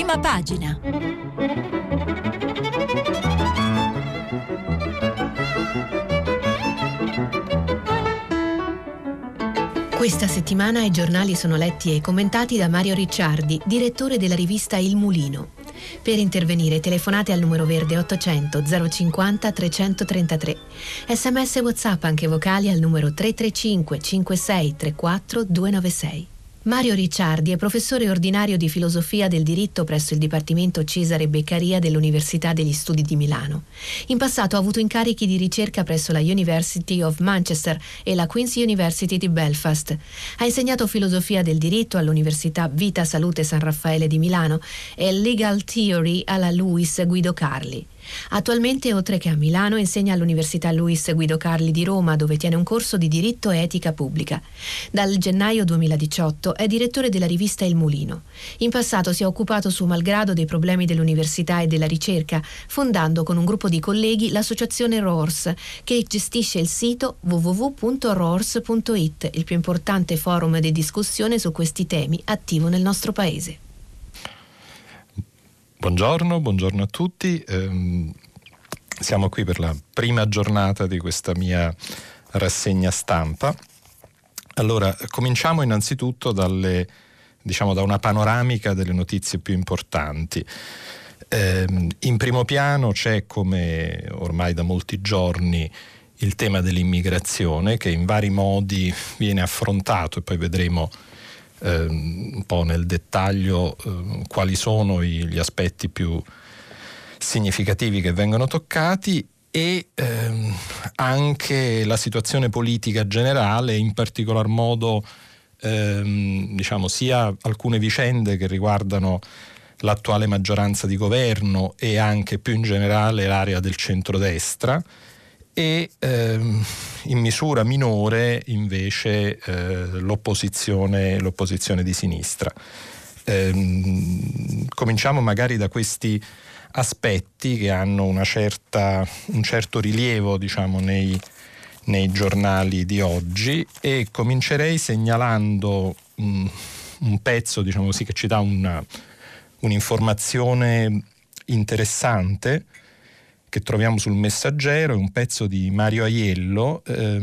Prima pagina. Questa settimana i giornali sono letti e commentati da Mario Ricciardi, direttore della rivista Il Mulino. Per intervenire telefonate al numero verde 800 050 333. SMS e WhatsApp anche vocali al numero 335 56 34 296. Mario Ricciardi è professore ordinario di filosofia del diritto presso il Dipartimento Cesare Beccaria dell'Università degli Studi di Milano. In passato ha avuto incarichi di ricerca presso la University of Manchester e la Queen's University di Belfast. Ha insegnato filosofia del diritto all'Università Vita Salute San Raffaele di Milano e Legal Theory alla Luis Guido Carli. Attualmente, oltre che a Milano, insegna all'Università Luis Guido Carli di Roma, dove tiene un corso di diritto e etica pubblica. Dal gennaio 2018 è direttore della rivista Il Mulino. In passato si è occupato suo malgrado dei problemi dell'università e della ricerca, fondando con un gruppo di colleghi l'associazione RORS, che gestisce il sito www.rors.it, il più importante forum di discussione su questi temi attivo nel nostro paese. Buongiorno a tutti. Siamo qui per la prima giornata di questa mia rassegna stampa. Allora, cominciamo innanzitutto da una panoramica delle notizie più importanti. In primo piano c'è, come ormai da molti giorni, il tema dell'immigrazione, che in vari modi viene affrontato, e poi vedremo un po' nel dettaglio quali sono gli aspetti più significativi che vengono toccati, e anche la situazione politica generale, in particolar modo sia alcune vicende che riguardano l'attuale maggioranza di governo e anche più in generale l'area del centrodestra, e in misura minore invece l'opposizione di sinistra. Cominciamo magari da questi aspetti che hanno un certo rilievo, nei giornali di oggi, e comincerei segnalando un pezzo, che ci dà un'informazione interessante che troviamo sul Messaggero. È un pezzo di Mario Aiello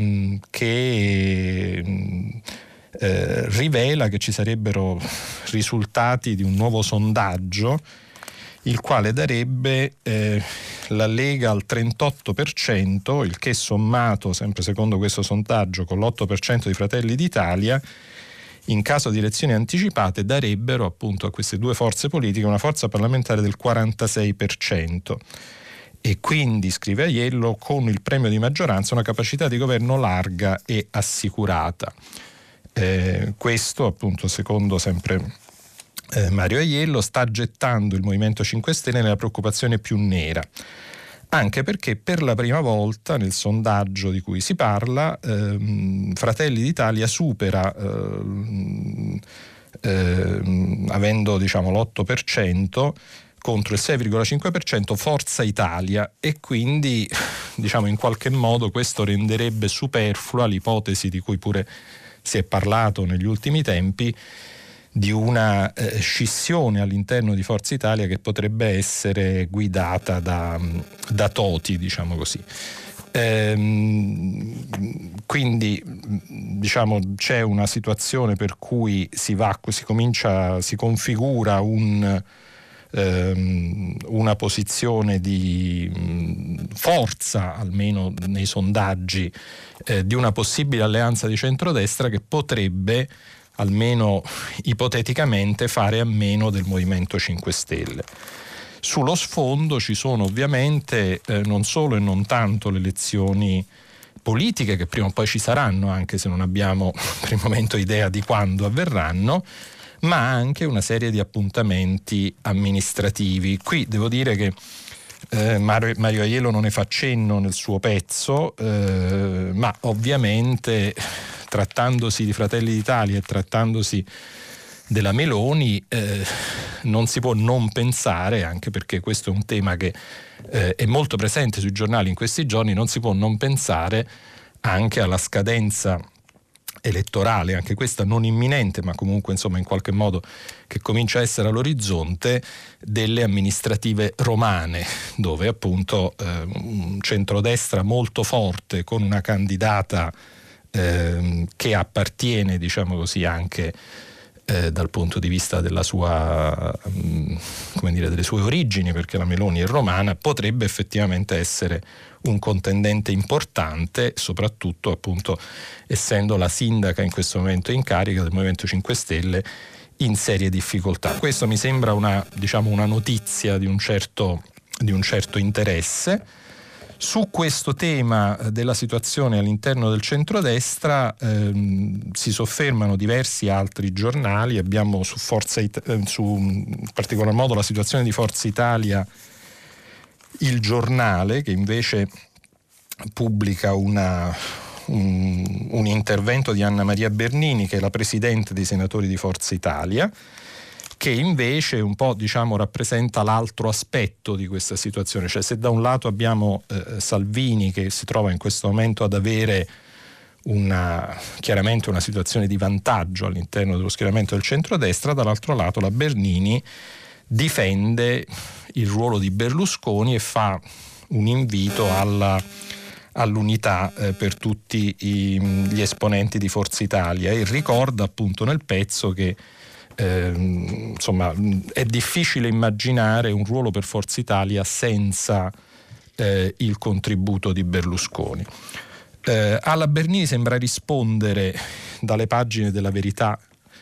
che rivela che ci sarebbero risultati di un nuovo sondaggio, il quale darebbe la Lega al 38%, il che sommato, sempre secondo questo sondaggio, con l'8% di Fratelli d'Italia, in caso di elezioni anticipate darebbero appunto a queste due forze politiche una forza parlamentare del 46%. E quindi, scrive Aiello, con il premio di maggioranza una capacità di governo larga e assicurata. Questo, appunto, secondo sempre Mario Aiello, sta gettando il Movimento 5 Stelle nella preoccupazione più nera, anche perché per la prima volta nel sondaggio di cui si parla Fratelli d'Italia supera, avendo l'8%, contro il 6,5% Forza Italia, e quindi in qualche modo questo renderebbe superflua l'ipotesi di cui pure si è parlato negli ultimi tempi di una scissione all'interno di Forza Italia che potrebbe essere guidata da Toti, così. Quindi c'è una situazione per cui si configura una posizione di forza, almeno nei sondaggi, di una possibile alleanza di centrodestra che potrebbe, almeno ipoteticamente, fare a meno del Movimento 5 Stelle. Sullo sfondo ci sono ovviamente non solo e non tanto le elezioni politiche, che prima o poi ci saranno, anche se non abbiamo per il momento idea di quando avverranno, ma anche una serie di appuntamenti amministrativi. Qui devo dire che Mario Aiello non ne fa cenno nel suo pezzo, ma ovviamente, trattandosi di Fratelli d'Italia e trattandosi della Meloni, non si può non pensare, anche perché questo è un tema che è molto presente sui giornali in questi giorni, non si può non pensare anche alla scadenza elettorale, anche questa non imminente, ma comunque insomma in qualche modo che comincia a essere all'orizzonte, delle amministrative romane, dove appunto un centrodestra molto forte con una candidata che appartiene, diciamo così, anche dal punto di vista della sua, come dire, delle sue origini, perché la Meloni è romana, potrebbe effettivamente essere un contendente importante, soprattutto appunto essendo la sindaca in questo momento in carica del Movimento 5 Stelle in serie difficoltà. Questo mi sembra una notizia di un certo interesse. Su questo tema della situazione all'interno del centrodestra si soffermano diversi altri giornali. Abbiamo su in particolar modo la situazione di Forza Italia, Il Giornale, che invece pubblica un intervento di Anna Maria Bernini, che è la presidente dei senatori di Forza Italia, che invece un po' rappresenta l'altro aspetto di questa situazione. Cioè, se da un lato abbiamo Salvini che si trova in questo momento ad avere chiaramente una situazione di vantaggio all'interno dello schieramento del centrodestra, dall'altro lato la Bernini difende il ruolo di Berlusconi e fa un invito all'unità per tutti gli esponenti di Forza Italia, e ricorda appunto nel pezzo che insomma è difficile immaginare un ruolo per Forza Italia senza il contributo di Berlusconi. Alla Bernini sembra rispondere dalle pagine della Verità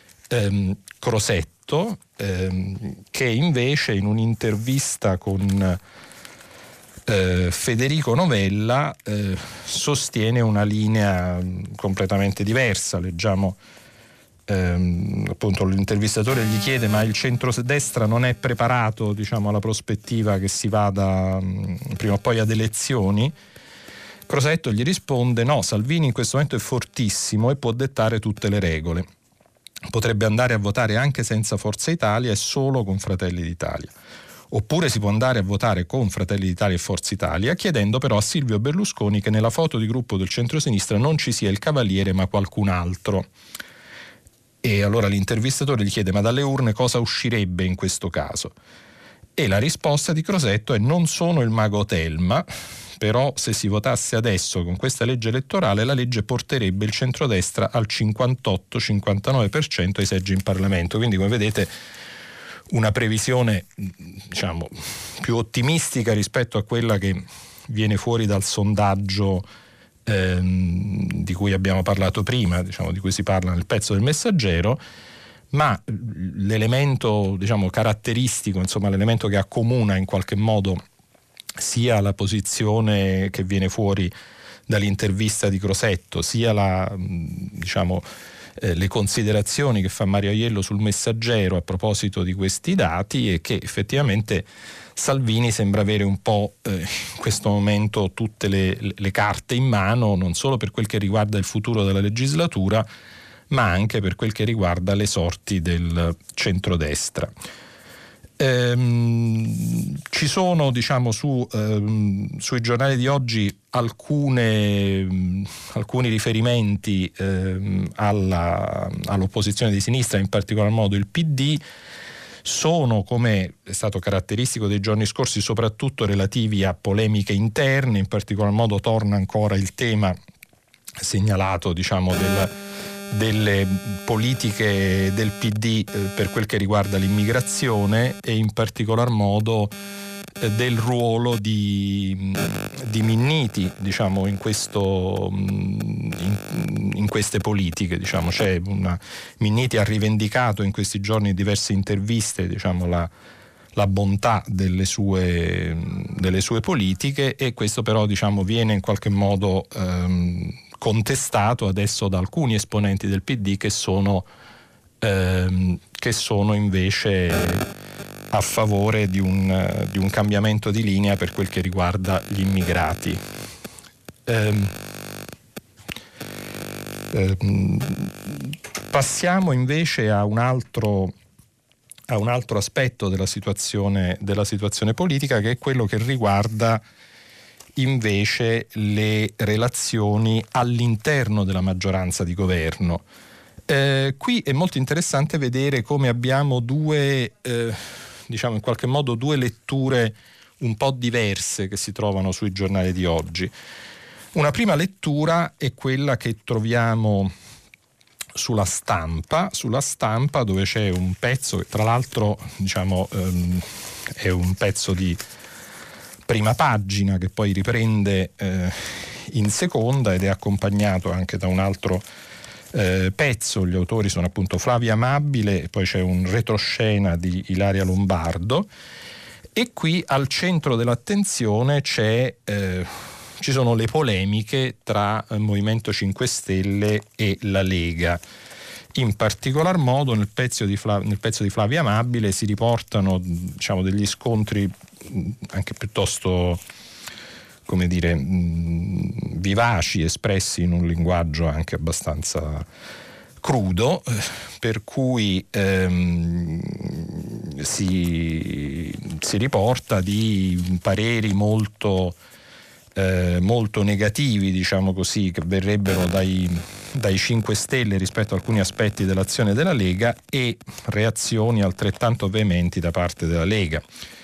Crosetto, che invece in un'intervista con Federico Novella sostiene una linea completamente diversa. Leggiamo appunto l'intervistatore gli chiede: ma il centrodestra non è preparato alla prospettiva che si vada prima o poi ad elezioni? Crosetto gli risponde: no, Salvini in questo momento è fortissimo e può dettare tutte le regole, potrebbe andare a votare anche senza Forza Italia e solo con Fratelli d'Italia, oppure si può andare a votare con Fratelli d'Italia e Forza Italia, chiedendo però a Silvio Berlusconi che nella foto di gruppo del centrosinistra non ci sia il Cavaliere ma qualcun altro. E allora l'intervistatore gli chiede: ma dalle urne cosa uscirebbe in questo caso? E la risposta di Crosetto è: non sono il mago Telma, però se si votasse adesso con questa legge elettorale, la legge porterebbe il centrodestra al 58-59% ai seggi in Parlamento. Quindi, come vedete, una previsione più ottimistica rispetto a quella che viene fuori dal sondaggio di cui abbiamo parlato prima, di cui si parla nel pezzo del Messaggero, ma l'elemento caratteristico, l'elemento che accomuna in qualche modo sia la posizione che viene fuori dall'intervista di Crosetto, sia le considerazioni che fa Mario Aiello sul Messaggero a proposito di questi dati, è che effettivamente Salvini sembra avere un po' in questo momento tutte le carte in mano, non solo per quel che riguarda il futuro della legislatura, ma anche per quel che riguarda le sorti del centrodestra. Ci sono sui giornali di oggi alcuni riferimenti all'opposizione di sinistra, in particolar modo il PD. Sono, come è stato caratteristico dei giorni scorsi, soprattutto relativi a polemiche interne. In particolar modo torna ancora il tema segnalato delle politiche del PD per quel che riguarda l'immigrazione, e in particolar modo del ruolo di Minniti in queste politiche. Minniti ha rivendicato in questi giorni in diverse interviste la bontà delle sue politiche, e questo però viene in qualche modo contestato adesso da alcuni esponenti del PD che sono invece a favore di un cambiamento di linea per quel che riguarda gli immigrati. Passiamo invece a un altro aspetto della situazione politica, che è quello che riguarda invece le relazioni all'interno della maggioranza di governo. Qui è molto interessante vedere come abbiamo due, diciamo in qualche modo, due letture un po' diverse che si trovano sui giornali di oggi. Una prima lettura è quella che troviamo sulla stampa dove c'è un pezzo che tra l'altro diciamo è un pezzo di prima pagina che poi riprende in seconda ed è accompagnato anche da un altro pezzo. Gli autori sono appunto Flavia Amabile e poi c'è un retroscena di Ilaria Lombardo, e qui al centro dell'attenzione ci sono le polemiche tra Movimento 5 Stelle e la Lega. In particolar modo nel pezzo di Flavia Amabile si riportano, diciamo, degli scontri anche piuttosto, come dire, vivaci, espressi in un linguaggio anche abbastanza crudo, per cui si riporta di pareri molto negativi, diciamo così, che verrebbero dai 5 Stelle rispetto a alcuni aspetti dell'azione della Lega, e reazioni altrettanto veementi da parte della Lega.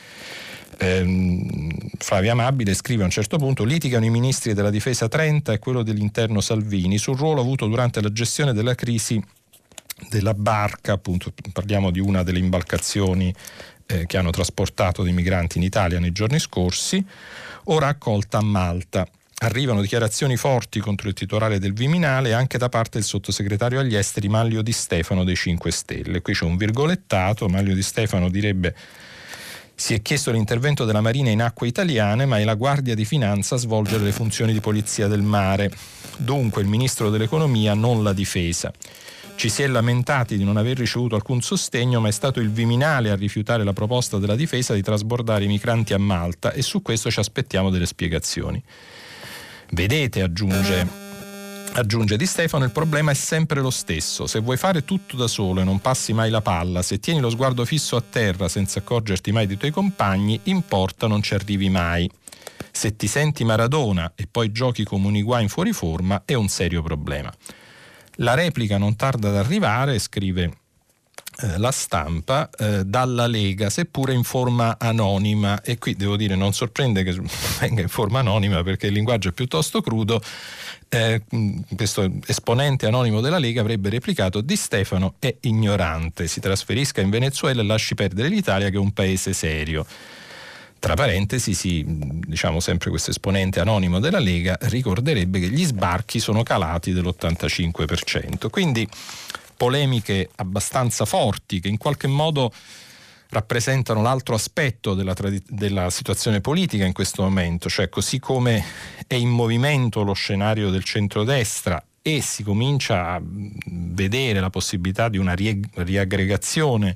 Flavia Amabile scrive a un certo punto: litigano i ministri della difesa Trenta e quello dell'interno Salvini sul ruolo avuto durante la gestione della crisi della barca, appunto parliamo di una delle imbarcazioni che hanno trasportato dei migranti in Italia nei giorni scorsi, ora accolta a Malta. Arrivano dichiarazioni forti contro il titolare del Viminale anche da parte del sottosegretario agli esteri Manlio Di Stefano dei 5 Stelle. Qui c'è un virgolettato. Manlio Di Stefano direbbe: si è chiesto l'intervento della Marina in acque italiane, ma è la Guardia di Finanza a svolgere le funzioni di polizia del mare. Dunque il Ministro dell'Economia, non la Difesa. Ci si è lamentati di non aver ricevuto alcun sostegno, ma è stato il Viminale a rifiutare la proposta della Difesa di trasbordare i migranti a Malta, e su questo ci aspettiamo delle spiegazioni. Vedete, aggiunge Di Stefano, il problema è sempre lo stesso. Se vuoi fare tutto da solo e non passi mai la palla, se tieni lo sguardo fisso a terra senza accorgerti mai dei tuoi compagni, in porta non ci arrivi mai. Se ti senti Maradona e poi giochi come un Higuaín fuori forma, è un serio problema. La replica non tarda ad arrivare, scrive la Stampa, dalla Lega, seppure in forma anonima, e qui devo dire non sorprende che venga in forma anonima perché il linguaggio è piuttosto crudo. Questo esponente anonimo della Lega avrebbe replicato: Di Stefano è ignorante, si trasferisca in Venezuela e lasci perdere l'Italia che è un paese serio. Tra parentesi, diciamo sempre questo esponente anonimo della Lega ricorderebbe che gli sbarchi sono calati dell'85%, quindi polemiche abbastanza forti che in qualche modo rappresentano l'altro aspetto della situazione politica in questo momento, cioè così come è in movimento lo scenario del centrodestra e si comincia a vedere la possibilità di una riaggregazione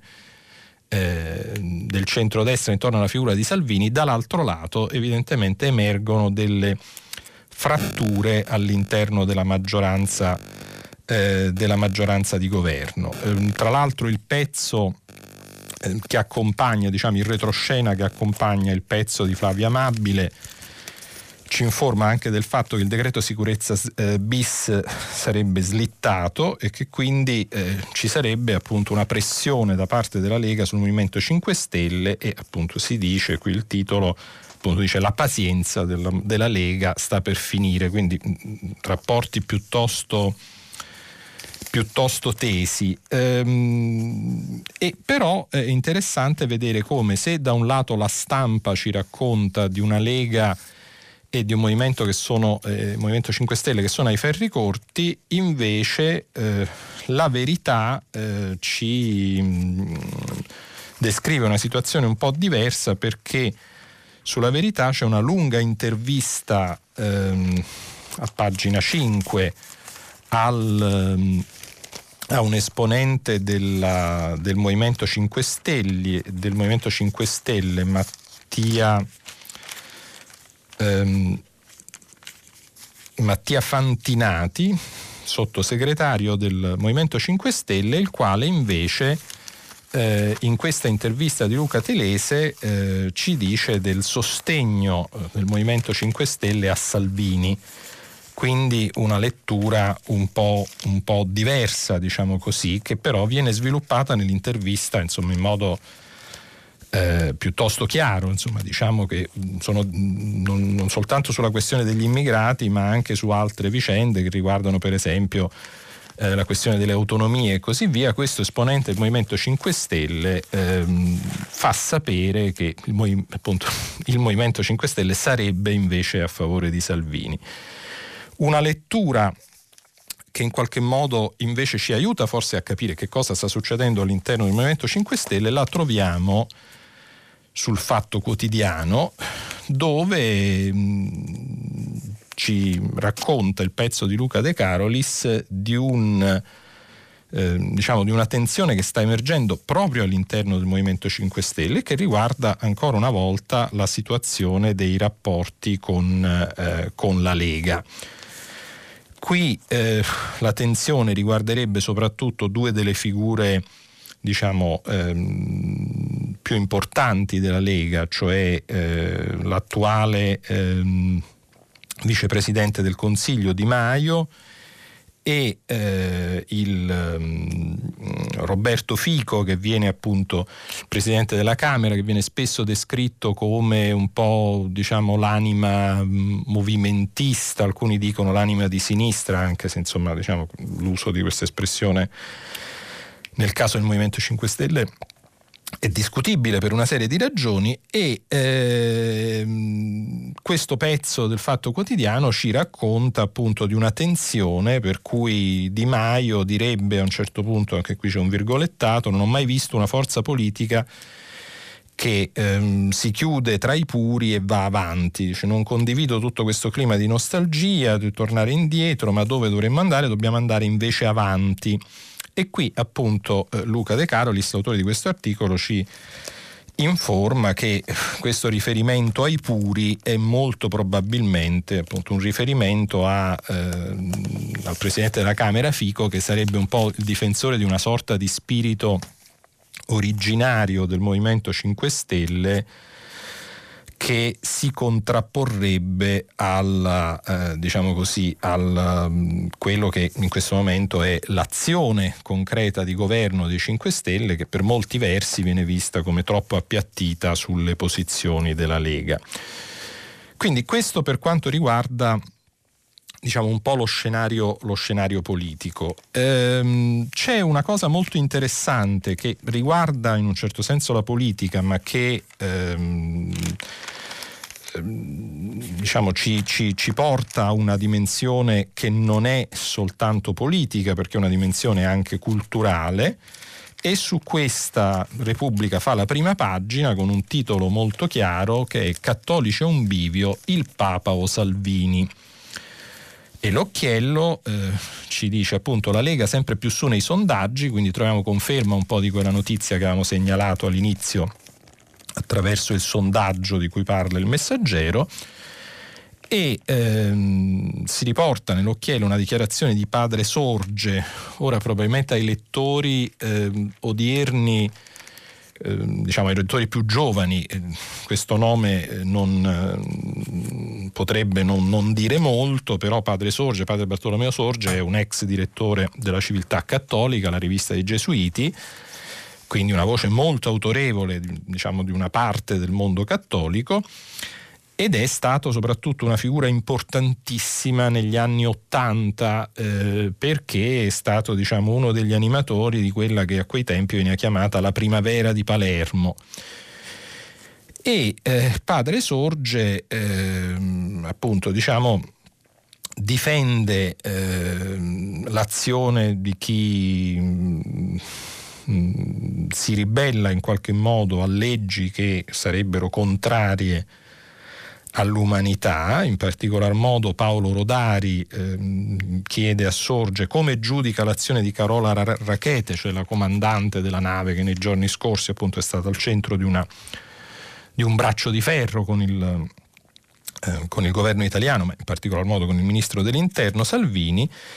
del centrodestra intorno alla figura di Salvini, dall'altro lato evidentemente emergono delle fratture all'interno della maggioranza di governo. Tra l'altro il pezzo che accompagna, diciamo il retroscena che accompagna il pezzo di Flavia Amabile, ci informa anche del fatto che il decreto sicurezza bis sarebbe slittato e che quindi ci sarebbe appunto una pressione da parte della Lega sul Movimento 5 Stelle, e appunto si dice, qui il titolo appunto dice: la pazienza della Lega sta per finire, quindi rapporti piuttosto tesi. E però è interessante vedere come, se da un lato la Stampa ci racconta di una Lega e di un movimento che sono Movimento 5 Stelle che sono ai ferri corti, invece la Verità ci descrive una situazione un po' diversa, perché sulla Verità c'è una lunga intervista a pagina 5 a un esponente del Movimento 5 Stelle, Mattia Fantinati, sottosegretario del Movimento 5 Stelle, il quale invece in questa intervista di Luca Telese ci dice del sostegno del Movimento 5 Stelle a Salvini, quindi una lettura un po' diversa, diciamo così, che però viene sviluppata nell'intervista, insomma, in modo piuttosto chiaro. Insomma, diciamo che sono non soltanto sulla questione degli immigrati, ma anche su altre vicende che riguardano, per esempio, la questione delle autonomie e così via. Questo esponente del Movimento 5 Stelle fa sapere che il Movimento 5 Stelle sarebbe invece a favore di Salvini. Una lettura che in qualche modo invece ci aiuta forse a capire che cosa sta succedendo all'interno del Movimento 5 Stelle la troviamo sul Fatto Quotidiano, dove ci racconta il pezzo di Luca De Carolis di una tensione che sta emergendo proprio all'interno del Movimento 5 Stelle, che riguarda ancora una volta la situazione dei rapporti con la Lega. Qui la tensione riguarderebbe soprattutto due delle figure, diciamo, più importanti della Lega, cioè l'attuale vicepresidente del Consiglio Di Maio e il Roberto Fico, che viene appunto presidente della Camera, che viene spesso descritto come un po', diciamo, l'anima movimentista, alcuni dicono l'anima di sinistra, anche se, insomma, diciamo, l'uso di questa espressione nel caso del Movimento 5 Stelle è discutibile per una serie di ragioni, e questo pezzo del Fatto Quotidiano ci racconta appunto di una tensione per cui Di Maio direbbe a un certo punto, anche qui c'è un virgolettato: non ho mai visto una forza politica che si chiude tra i puri e va avanti. Dice, non condivido tutto questo clima di nostalgia, di tornare indietro, ma dove dovremmo andare? Dobbiamo andare invece avanti. E qui appunto Luca De Carolis, l'autore di questo articolo, ci informa che questo riferimento ai puri è molto probabilmente appunto un riferimento al presidente della Camera Fico, che sarebbe un po' il difensore di una sorta di spirito originario del Movimento 5 Stelle, che si contrapporrebbe al quello che in questo momento è l'azione concreta di governo dei 5 Stelle, che per molti versi viene vista come troppo appiattita sulle posizioni della Lega. Quindi questo per quanto riguarda, diciamo, un po' lo scenario politico. C'è una cosa molto interessante che riguarda in un certo senso la politica, ma che diciamo ci porta a una dimensione che non è soltanto politica, perché è una dimensione anche culturale, e su questa Repubblica fa la prima pagina con un titolo molto chiaro che è "Cattolici a un bivio, il Papa o Salvini". E l'occhiello ci dice appunto la Lega sempre più su nei sondaggi, quindi troviamo conferma un po' di quella notizia che avevamo segnalato all'inizio attraverso il sondaggio di cui parla il Messaggero, e si riporta nell'occhiello una dichiarazione di Padre Sorge. Ora probabilmente ai lettori odierni, diciamo ai lettori più giovani, questo nome potrebbe non dire molto, però Padre Sorge, Padre Bartolomeo Sorge, è un ex direttore della Civiltà Cattolica, la rivista dei Gesuiti, quindi una voce molto autorevole, diciamo, di una parte del mondo cattolico, ed è stato soprattutto una figura importantissima negli anni '80 perché è stato, diciamo, uno degli animatori di quella che a quei tempi veniva chiamata la Primavera di Palermo. E Padre Sorge appunto, diciamo, difende l'azione di chi si ribella in qualche modo a leggi che sarebbero contrarie all'umanità. In particolar modo Paolo Rodari chiede a Sorge come giudica l'azione di Carola Rackete, cioè la comandante della nave che nei giorni scorsi appunto è stata al centro di un braccio di ferro con il governo italiano, ma in particolar modo con il ministro dell'Interno Salvini.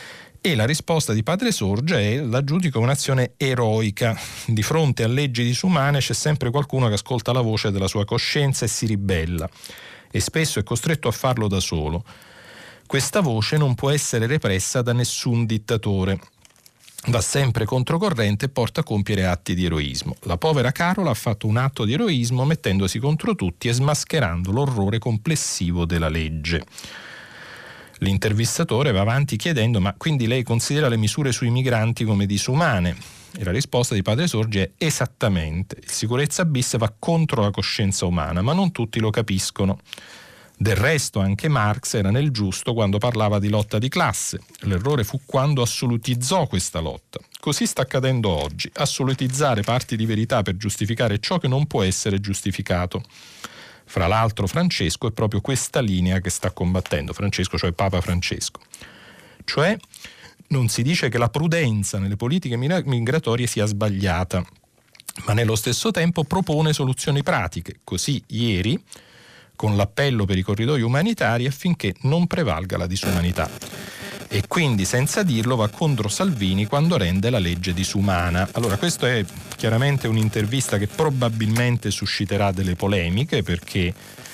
E la risposta di Padre Sorge è: la giudico un'azione eroica. Di fronte a leggi disumane c'è sempre qualcuno che ascolta la voce della sua coscienza e si ribella, e spesso è costretto a farlo da solo. Questa voce non può essere repressa da nessun dittatore. Va sempre controcorrente e porta a compiere atti di eroismo. La povera Carola ha fatto un atto di eroismo mettendosi contro tutti e smascherando l'orrore complessivo della legge. L'intervistatore va avanti chiedendo: ma quindi lei considera le misure sui migranti come disumane? E la risposta di Padre Sorge è: esattamente. Il sicurezza bis va contro la coscienza umana, ma non tutti lo capiscono. Del resto anche Marx era nel giusto quando parlava di lotta di classe. L'errore fu quando assolutizzò questa lotta. Così sta accadendo oggi: assolutizzare parti di verità per giustificare ciò che non può essere giustificato. Fra l'altro Francesco è proprio questa linea che sta combattendo. Francesco, cioè Papa Francesco. Cioè, non si dice che la prudenza nelle politiche migratorie sia sbagliata, ma nello stesso tempo propone soluzioni pratiche. Così ieri, con l'appello per i corridoi umanitari affinché non prevalga la disumanità. E quindi, senza dirlo, va contro Salvini quando rende la legge disumana. Allora, questo è chiaramente un'intervista che probabilmente susciterà delle polemiche, perché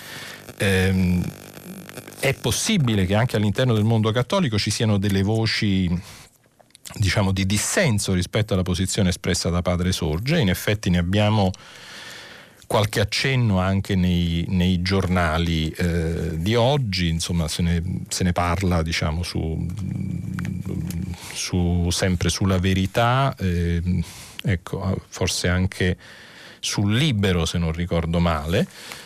è possibile che anche all'interno del mondo cattolico ci siano delle voci, diciamo, di dissenso rispetto alla posizione espressa da Padre Sorge. In effetti ne abbiamo qualche accenno anche nei giornali di oggi, insomma se ne parla, diciamo, sempre sulla Verità, ecco, forse anche sul Libero, se non ricordo male.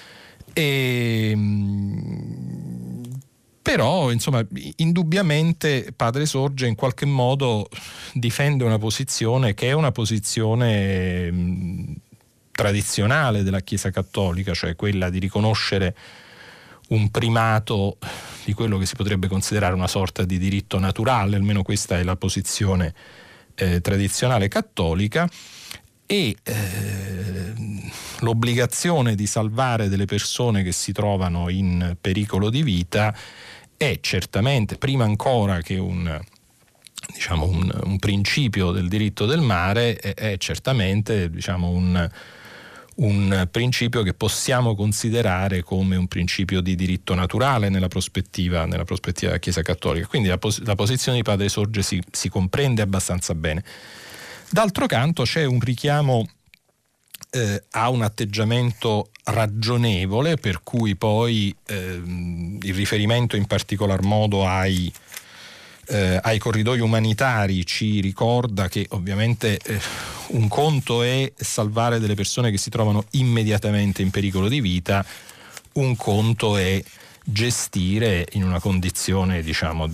Però, insomma, indubbiamente Padre Sorge in qualche modo difende una posizione che è una posizione tradizionale della Chiesa Cattolica, cioè quella di riconoscere un primato di quello che si potrebbe considerare una sorta di diritto naturale, almeno questa è la posizione tradizionale cattolica, e l'obbligazione di salvare delle persone che si trovano in pericolo di vita è certamente, prima ancora che un principio del diritto del mare, è certamente, diciamo, un principio che possiamo considerare come un principio di diritto naturale nella prospettiva della Chiesa Cattolica. Quindi la posizione di Padre Sorge si comprende abbastanza bene. D'altro canto c'è un richiamo a un atteggiamento ragionevole, per cui poi il riferimento in particolar modo ai corridoi umanitari ci ricorda che ovviamente un conto è salvare delle persone che si trovano immediatamente in pericolo di vita, un conto è gestire in una condizione, diciamo,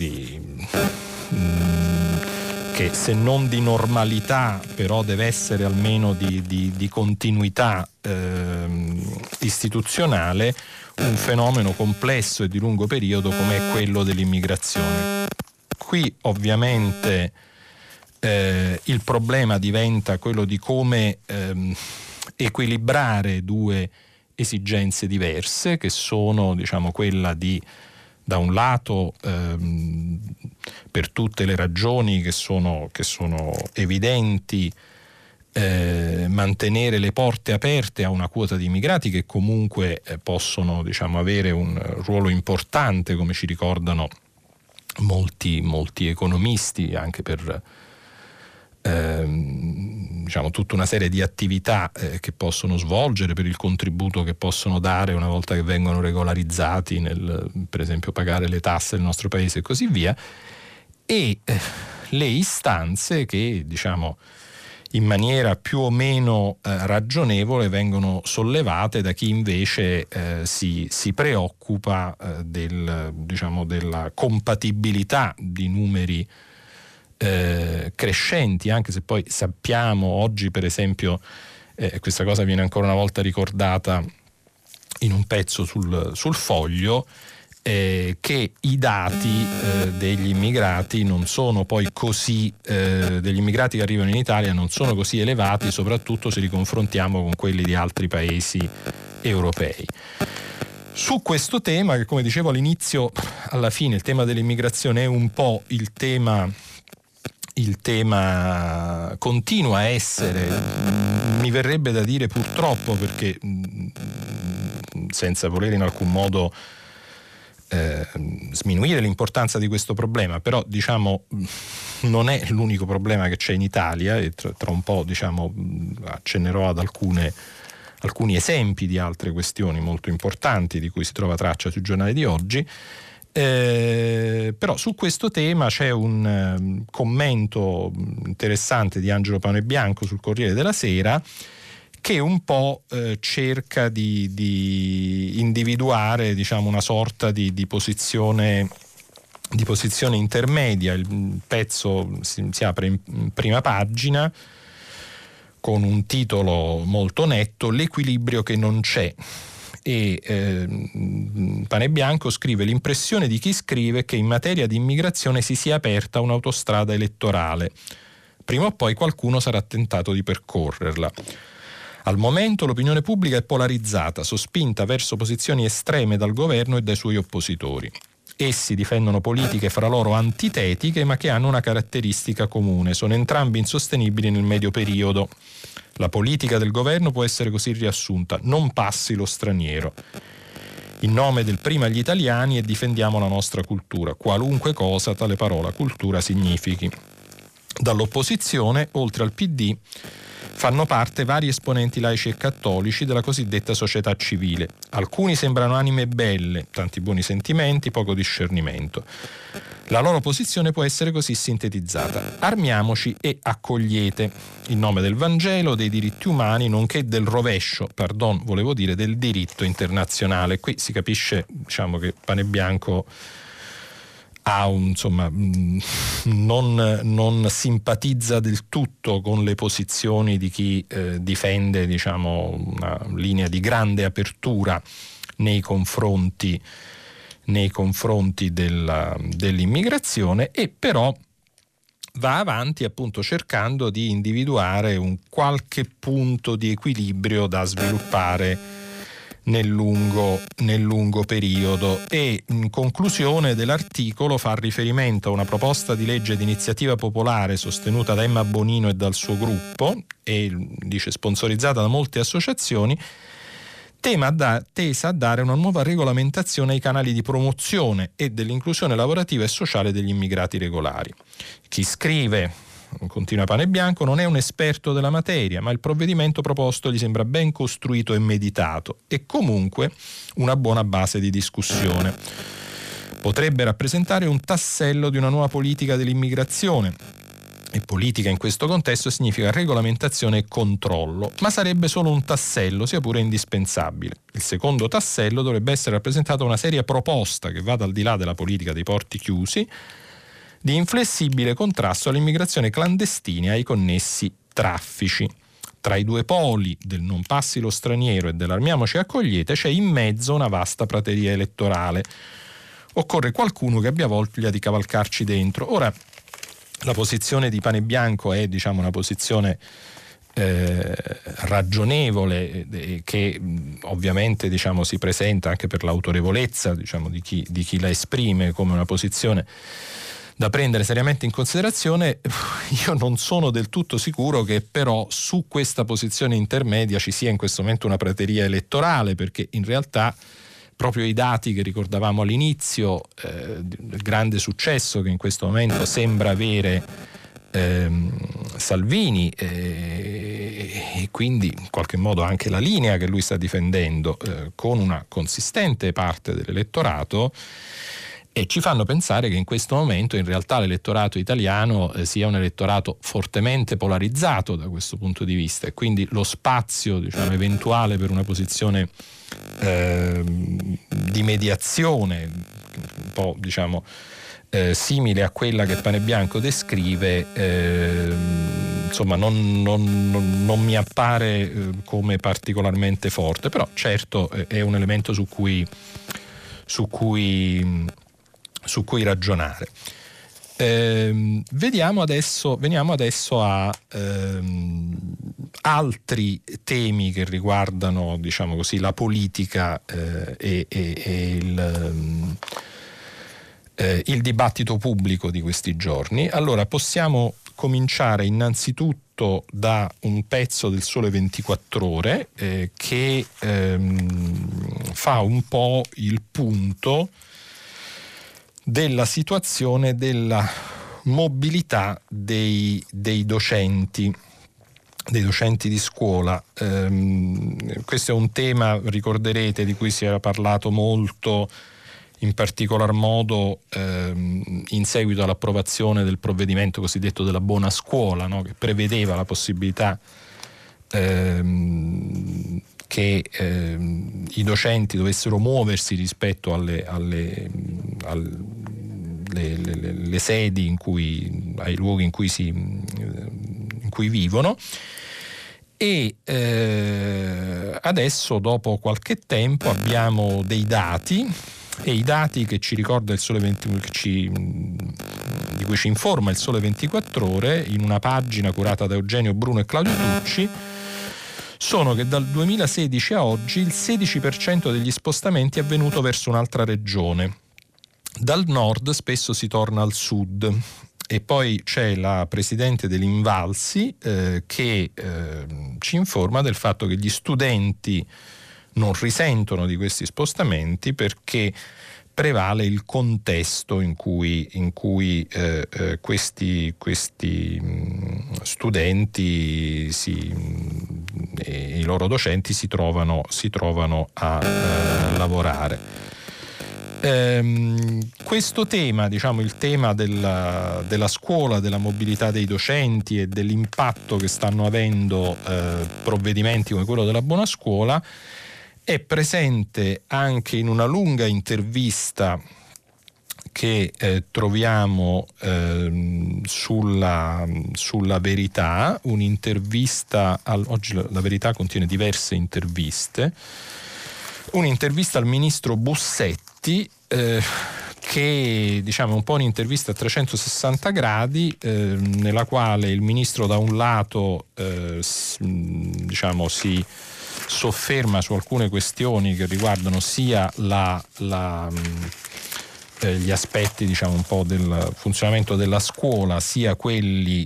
che se non di normalità, però deve essere almeno di continuità istituzionale, un fenomeno complesso e di lungo periodo come è quello dell'immigrazione. Qui ovviamente il problema diventa quello di come equilibrare due esigenze diverse, che sono, diciamo, quella di, da un lato, per tutte le ragioni che sono evidenti, mantenere le porte aperte a una quota di immigrati che comunque possono, diciamo, avere un ruolo importante, come ci ricordano molti economisti, anche per diciamo tutta una serie di attività che possono svolgere, per il contributo che possono dare una volta che vengono regolarizzati, per esempio pagare le tasse nel nostro paese e così via, e le istanze che, diciamo, in maniera più o meno ragionevole vengono sollevate da chi invece si preoccupa della compatibilità di numeri crescenti, anche se poi sappiamo oggi, per esempio, questa cosa viene ancora una volta ricordata in un pezzo sul Foglio, che i dati degli immigrati non sono poi così, degli immigrati che arrivano in Italia non sono così elevati, soprattutto se li confrontiamo con quelli di altri paesi europei. Su questo tema, che come dicevo all'inizio, alla fine il tema dell'immigrazione è un po' il tema il tema continua a essere, mi verrebbe da dire purtroppo, perché senza voler in alcun modo sminuire l'importanza di questo problema, però diciamo non è l'unico problema che c'è in Italia, e tra un po' diciamo accennerò ad alcuni esempi di altre questioni molto importanti di cui si trova traccia sui giornali di oggi. Però su questo tema c'è un commento interessante di Angelo Panebianco sul Corriere della Sera, che un po' cerca di individuare, diciamo, una sorta di posizione intermedia. Il pezzo si apre in prima pagina con un titolo molto netto: l'equilibrio che non c'è. E Panebianco scrive: l'impressione di chi scrive è che in materia di immigrazione si sia aperta un'autostrada elettorale. Prima o poi qualcuno sarà tentato di percorrerla. Al momento l'opinione pubblica è polarizzata, sospinta verso posizioni estreme dal governo e dai suoi oppositori. Essi difendono politiche fra loro antitetiche, ma che hanno una caratteristica comune: sono entrambi insostenibili nel medio periodo. La politica del governo può essere così riassunta: non passi lo straniero. In nome del prima gli italiani e difendiamo la nostra cultura, qualunque cosa tale parola cultura significhi. Dall'opposizione, oltre al PD, fanno parte vari esponenti laici e cattolici della cosiddetta società civile. Alcuni sembrano anime belle, tanti buoni sentimenti, poco discernimento. La loro posizione può essere così sintetizzata: armiamoci e accogliete, in nome del Vangelo, dei diritti umani, nonché del rovescio, del diritto internazionale. Qui si capisce, diciamo, che Panebianco non simpatizza del tutto con le posizioni di chi difende, diciamo, una linea di grande apertura nei confronti dell'immigrazione, e però va avanti appunto cercando di individuare un qualche punto di equilibrio da sviluppare nel lungo periodo. E in conclusione dell'articolo fa riferimento a una proposta di legge di iniziativa popolare sostenuta da Emma Bonino e dal suo gruppo, e dice sponsorizzata da molte associazioni, tesa a dare una nuova regolamentazione ai canali di promozione e dell'inclusione lavorativa e sociale degli immigrati regolari. Chi scrive, continua Panebianco, non è un esperto della materia, ma il provvedimento proposto gli sembra ben costruito e meditato, e comunque una buona base di discussione. Potrebbe rappresentare un tassello di una nuova politica dell'immigrazione, e politica in questo contesto significa regolamentazione e controllo, ma sarebbe solo un tassello, sia pure indispensabile. Il secondo tassello dovrebbe essere rappresentato una seria proposta che vada al di là della politica dei porti chiusi, di inflessibile contrasto all'immigrazione clandestina e ai connessi traffici. Tra i due poli del non passi lo straniero e dell'armiamoci e accogliete c'è in mezzo una vasta prateria elettorale. Occorre qualcuno che abbia voglia di cavalcarci dentro. Ora, la posizione di Panebianco è, diciamo, una posizione ragionevole, che ovviamente, diciamo, si presenta anche per l'autorevolezza, diciamo, di chi la esprime, come una posizione da prendere seriamente in considerazione. Io non sono del tutto sicuro che però su questa posizione intermedia ci sia in questo momento una prateria elettorale, perché in realtà proprio i dati che ricordavamo all'inizio, del grande successo che in questo momento sembra avere Salvini, e quindi in qualche modo anche la linea che lui sta difendendo, con una consistente parte dell'elettorato, e ci fanno pensare che in questo momento in realtà l'elettorato italiano sia un elettorato fortemente polarizzato da questo punto di vista, e quindi lo spazio, diciamo, eventuale per una posizione di mediazione un po', diciamo, simile a quella che Panebianco descrive, insomma non mi appare come particolarmente forte, però certo è un elemento su cui ragionare. Veniamo adesso a altri temi che riguardano, diciamo così, la politica e il dibattito pubblico di questi giorni. Allora, possiamo cominciare innanzitutto da un pezzo del Sole 24 Ore che fa un po' il punto della situazione della mobilità dei docenti di scuola. Questo è un tema, ricorderete, di cui si era parlato molto, in particolar modo in seguito all'approvazione del provvedimento cosiddetto della buona scuola, no? Che prevedeva la possibilità che i docenti dovessero muoversi rispetto alle sedi ai luoghi in cui vivono. E adesso, dopo qualche tempo, abbiamo dei dati, e i dati che ci ricorda il Sole 24 di cui ci informa il Sole 24 Ore in una pagina curata da Eugenio Bruno e Claudio Tucci, sono che dal 2016 a oggi il 16% degli spostamenti è avvenuto verso un'altra regione. Dal nord spesso si torna al sud. E poi c'è la presidente dell'Invalsi che ci informa del fatto che gli studenti non risentono di questi spostamenti perché prevale il contesto in cui questi studenti e i loro docenti si trovano a lavorare. Questo tema, il tema della scuola, della mobilità dei docenti e dell'impatto che stanno avendo provvedimenti come quello della buona scuola, è presente anche in una lunga intervista che troviamo sulla Verità, un'intervista oggi la Verità contiene diverse interviste, un'intervista al ministro Bussetti che è un po' un'intervista a 360 gradi nella quale il ministro da un lato si sofferma su alcune questioni che riguardano sia gli aspetti un po' del funzionamento della scuola, sia quelli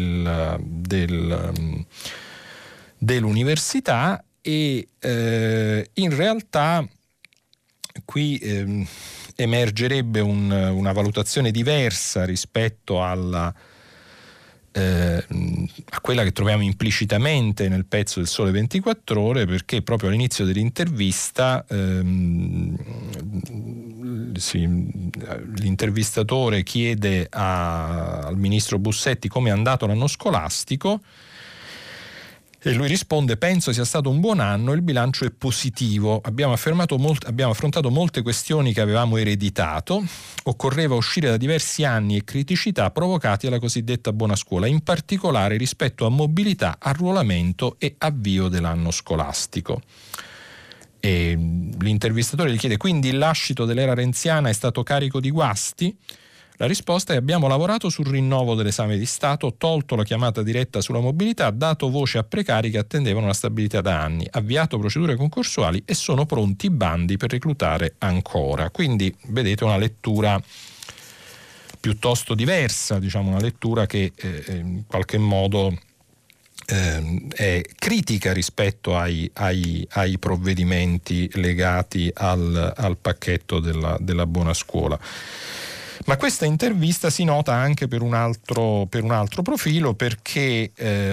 dell'università, e in realtà qui emergerebbe una valutazione diversa rispetto a quella che troviamo implicitamente nel pezzo del Sole 24 Ore, perché proprio all'inizio dell'intervista l'intervistatore chiede al ministro Bussetti come è andato l'anno scolastico e lui risponde: penso sia stato un buon anno, il bilancio è positivo, abbiamo affrontato molte questioni che avevamo ereditato, occorreva uscire da diversi anni e criticità provocati dalla cosiddetta buona scuola, in particolare rispetto a mobilità, arruolamento e avvio dell'anno scolastico. E l'intervistatore gli chiede: quindi il lascito dell'era renziana è stato carico di guasti? La risposta è: abbiamo lavorato sul rinnovo dell'esame di Stato, tolto la chiamata diretta sulla mobilità, dato voce a precari che attendevano la stabilità da anni, avviato procedure concorsuali e sono pronti i bandi per reclutare ancora. Quindi vedete una lettura piuttosto diversa, una lettura che in qualche modo è critica rispetto ai provvedimenti legati al pacchetto della buona scuola. Ma questa intervista si nota anche per un altro profilo, perché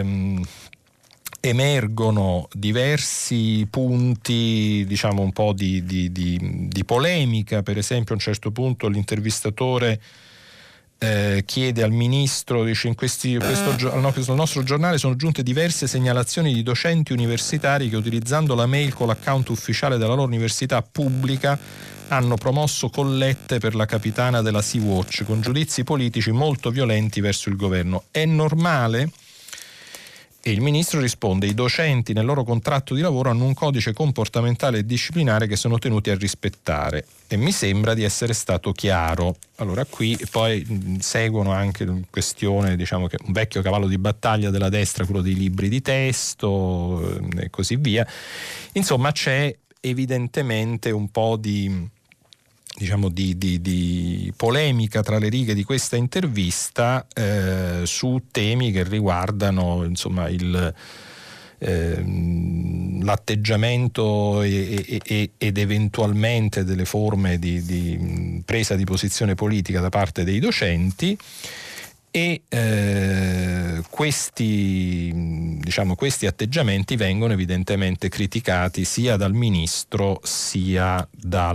emergono diversi punti, un po' di polemica. Per esempio, a un certo punto l'intervistatore chiede al ministro, dice: al nostro giornale sono giunte diverse segnalazioni di docenti universitari che, utilizzando la mail con l'account ufficiale della loro università pubblica, hanno promosso collette per la capitana della Sea-Watch con giudizi politici molto violenti verso il governo. È normale? E il ministro risponde: i docenti nel loro contratto di lavoro hanno un codice comportamentale e disciplinare che sono tenuti a rispettare, e mi sembra di essere stato chiaro. Allora qui poi seguono anche questione, che un vecchio cavallo di battaglia della destra, quello dei libri di testo e così via. Insomma, c'è evidentemente un po' di diciamo di polemica tra le righe di questa intervista su temi che riguardano insomma l'atteggiamento ed eventualmente delle forme di presa di posizione politica da parte dei docenti, e questi atteggiamenti vengono evidentemente criticati sia dal ministro sia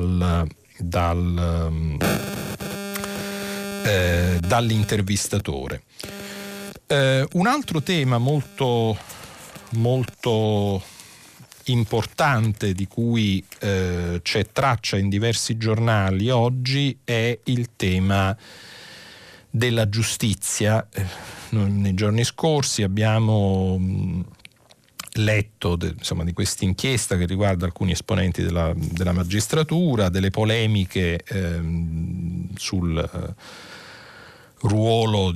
dall'intervistatore. Un altro tema molto importante di cui c'è traccia in diversi giornali oggi è il tema della giustizia. Nei giorni scorsi abbiamo letto di questa inchiesta che riguarda alcuni esponenti della magistratura, delle polemiche sul ruolo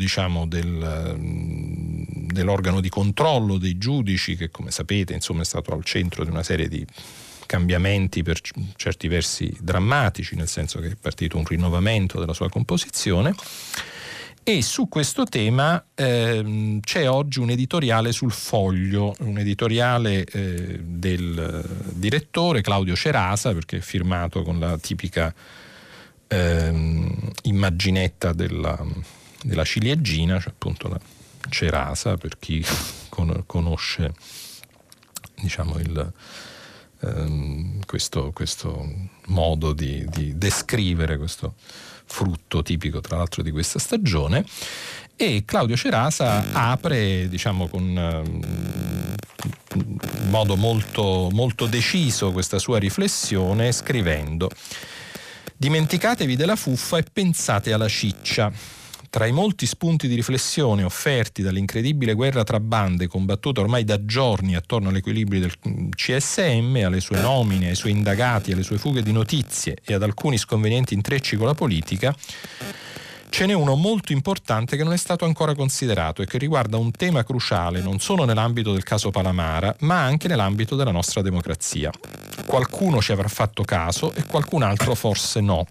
dell'organo di controllo dei giudici, che come sapete insomma è stato al centro di una serie di cambiamenti per certi versi drammatici, nel senso che è partito un rinnovamento della sua composizione. E su questo tema c'è oggi un editoriale sul Foglio, un editoriale del direttore Claudio Cerasa, perché è firmato con la tipica immaginetta della ciliegina, cioè appunto la Cerasa, per chi conosce questo modo di descrivere questo frutto tipico tra l'altro di questa stagione. E Claudio Cerasa apre con in modo molto, molto deciso questa sua riflessione scrivendo: dimenticatevi della fuffa e pensate alla ciccia. Tra i molti spunti di riflessione offerti dall'incredibile guerra tra bande combattuta ormai da giorni attorno all'equilibrio del CSM, alle sue nomine, ai suoi indagati, alle sue fughe di notizie e ad alcuni sconvenienti intrecci con la politica, ce n'è uno molto importante che non è stato ancora considerato e che riguarda un tema cruciale non solo nell'ambito del caso Palamara, ma anche nell'ambito della nostra democrazia. Qualcuno ci avrà fatto caso e qualcun altro forse no,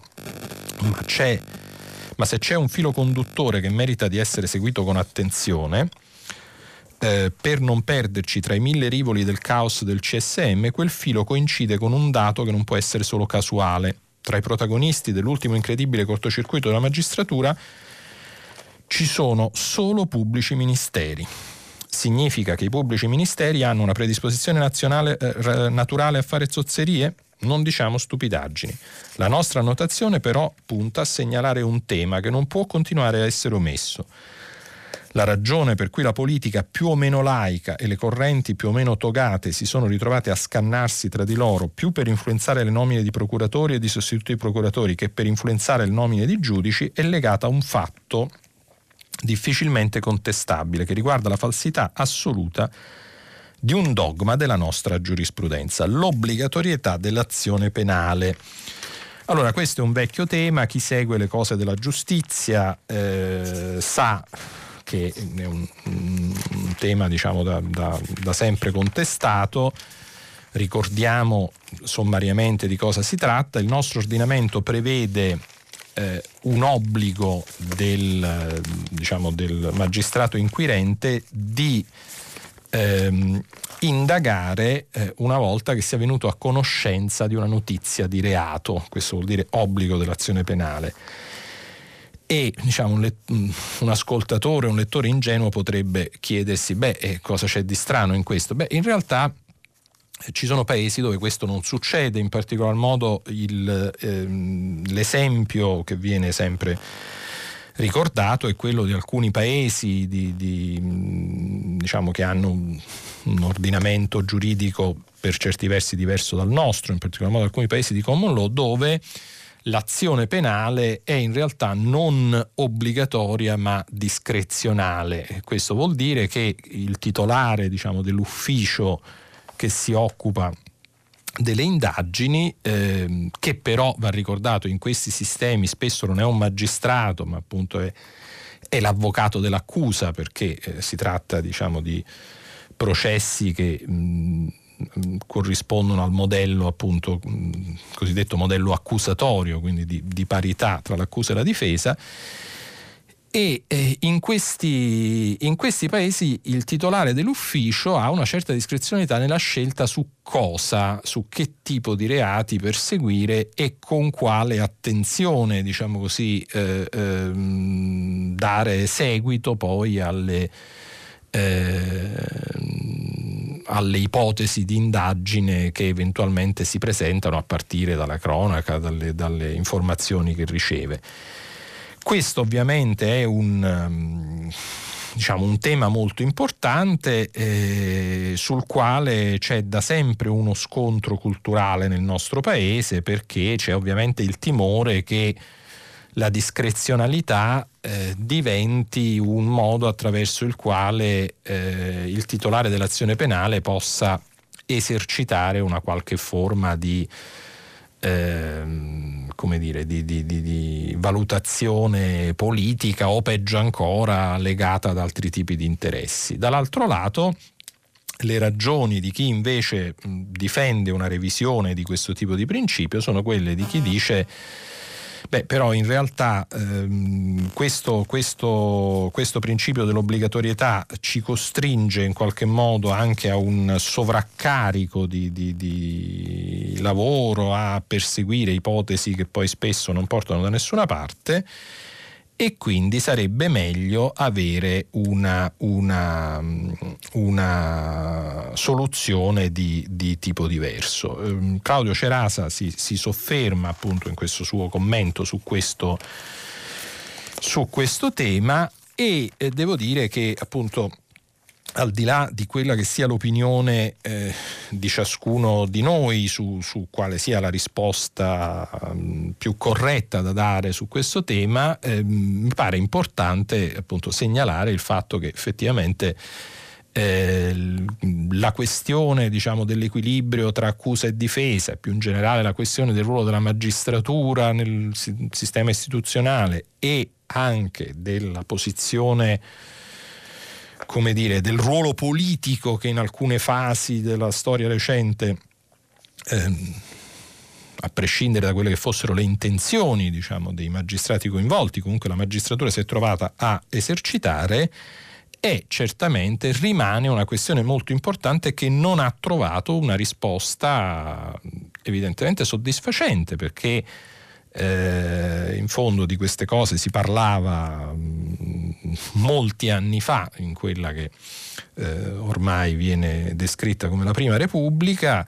ma se c'è un filo conduttore che merita di essere seguito con attenzione, per non perderci tra i 1000 rivoli del caos del CSM, quel filo coincide con un dato che non può essere solo casuale. Tra i protagonisti dell'ultimo incredibile cortocircuito della magistratura ci sono solo pubblici ministeri. Significa che i pubblici ministeri hanno una predisposizione naturale a fare zozzerie? Non diciamo stupidaggini. La nostra annotazione però punta a segnalare un tema che non può continuare a essere omesso. La ragione per cui la politica più o meno laica e le correnti più o meno togate si sono ritrovate a scannarsi tra di loro più per influenzare le nomine di procuratori e di sostituti procuratori che per influenzare le nomine di giudici è legata a un fatto difficilmente contestabile che riguarda la falsità assoluta di un dogma della nostra giurisprudenza, l'obbligatorietà dell'azione penale. Allora, questo è un vecchio tema, chi segue le cose della giustizia sa che è un tema da sempre contestato. Ricordiamo sommariamente di cosa si tratta. Il nostro ordinamento prevede un obbligo del magistrato inquirente di indagare una volta che sia venuto a conoscenza di una notizia di reato. Questo vuol dire obbligo dell'azione penale. E un ascoltatore, un lettore ingenuo potrebbe chiedersi: cosa c'è di strano in questo? In realtà ci sono paesi dove questo non succede, in particolar modo l'esempio che viene sempre ricordato è quello di alcuni paesi che hanno un ordinamento giuridico per certi versi diverso dal nostro, in particolar modo alcuni paesi di common law, dove l'azione penale è in realtà non obbligatoria ma discrezionale. Questo vuol dire che il titolare dell'ufficio che si occupa delle indagini, che però va ricordato in questi sistemi spesso non è un magistrato ma appunto è l'avvocato dell'accusa, perché si tratta di processi che corrispondono al modello, appunto, cosiddetto modello accusatorio, quindi di parità tra l'accusa e la difesa. E in questi paesi il titolare dell'ufficio ha una certa discrezionalità nella scelta su che tipo di reati perseguire e con quale attenzione, diciamo così, dare seguito poi alle ipotesi di indagine che eventualmente si presentano a partire dalla cronaca, dalle informazioni che riceve. Questo ovviamente è un tema molto importante sul quale c'è da sempre uno scontro culturale nel nostro paese, perché c'è ovviamente il timore che la discrezionalità diventi un modo attraverso il quale il titolare dell'azione penale possa esercitare una qualche forma di valutazione politica o peggio ancora legata ad altri tipi di interessi. Dall'altro lato, le ragioni di chi invece difende una revisione di questo tipo di principio sono quelle di chi dice però in realtà questo principio dell'obbligatorietà ci costringe in qualche modo anche a un sovraccarico di lavoro, a perseguire ipotesi che poi spesso non portano da nessuna parte, e quindi sarebbe meglio avere una soluzione di tipo diverso. Claudio Cerasa si sofferma appunto in questo suo commento su questo tema, e devo dire che appunto, al di là di quella che sia l'opinione di ciascuno di noi su quale sia la risposta più corretta da dare su questo tema, mi pare importante appunto segnalare il fatto che effettivamente la questione, diciamo, dell'equilibrio tra accusa e difesa, e più in generale la questione del ruolo della magistratura nel sistema istituzionale e anche della posizione, come dire, del ruolo politico che in alcune fasi della storia recente, a prescindere da quelle che fossero le intenzioni, diciamo, dei magistrati coinvolti, comunque la magistratura si è trovata a esercitare, e certamente rimane una questione molto importante che non ha trovato una risposta evidentemente soddisfacente, perché in fondo di queste cose si parlava molti anni fa, in quella che ormai viene descritta come la Prima Repubblica.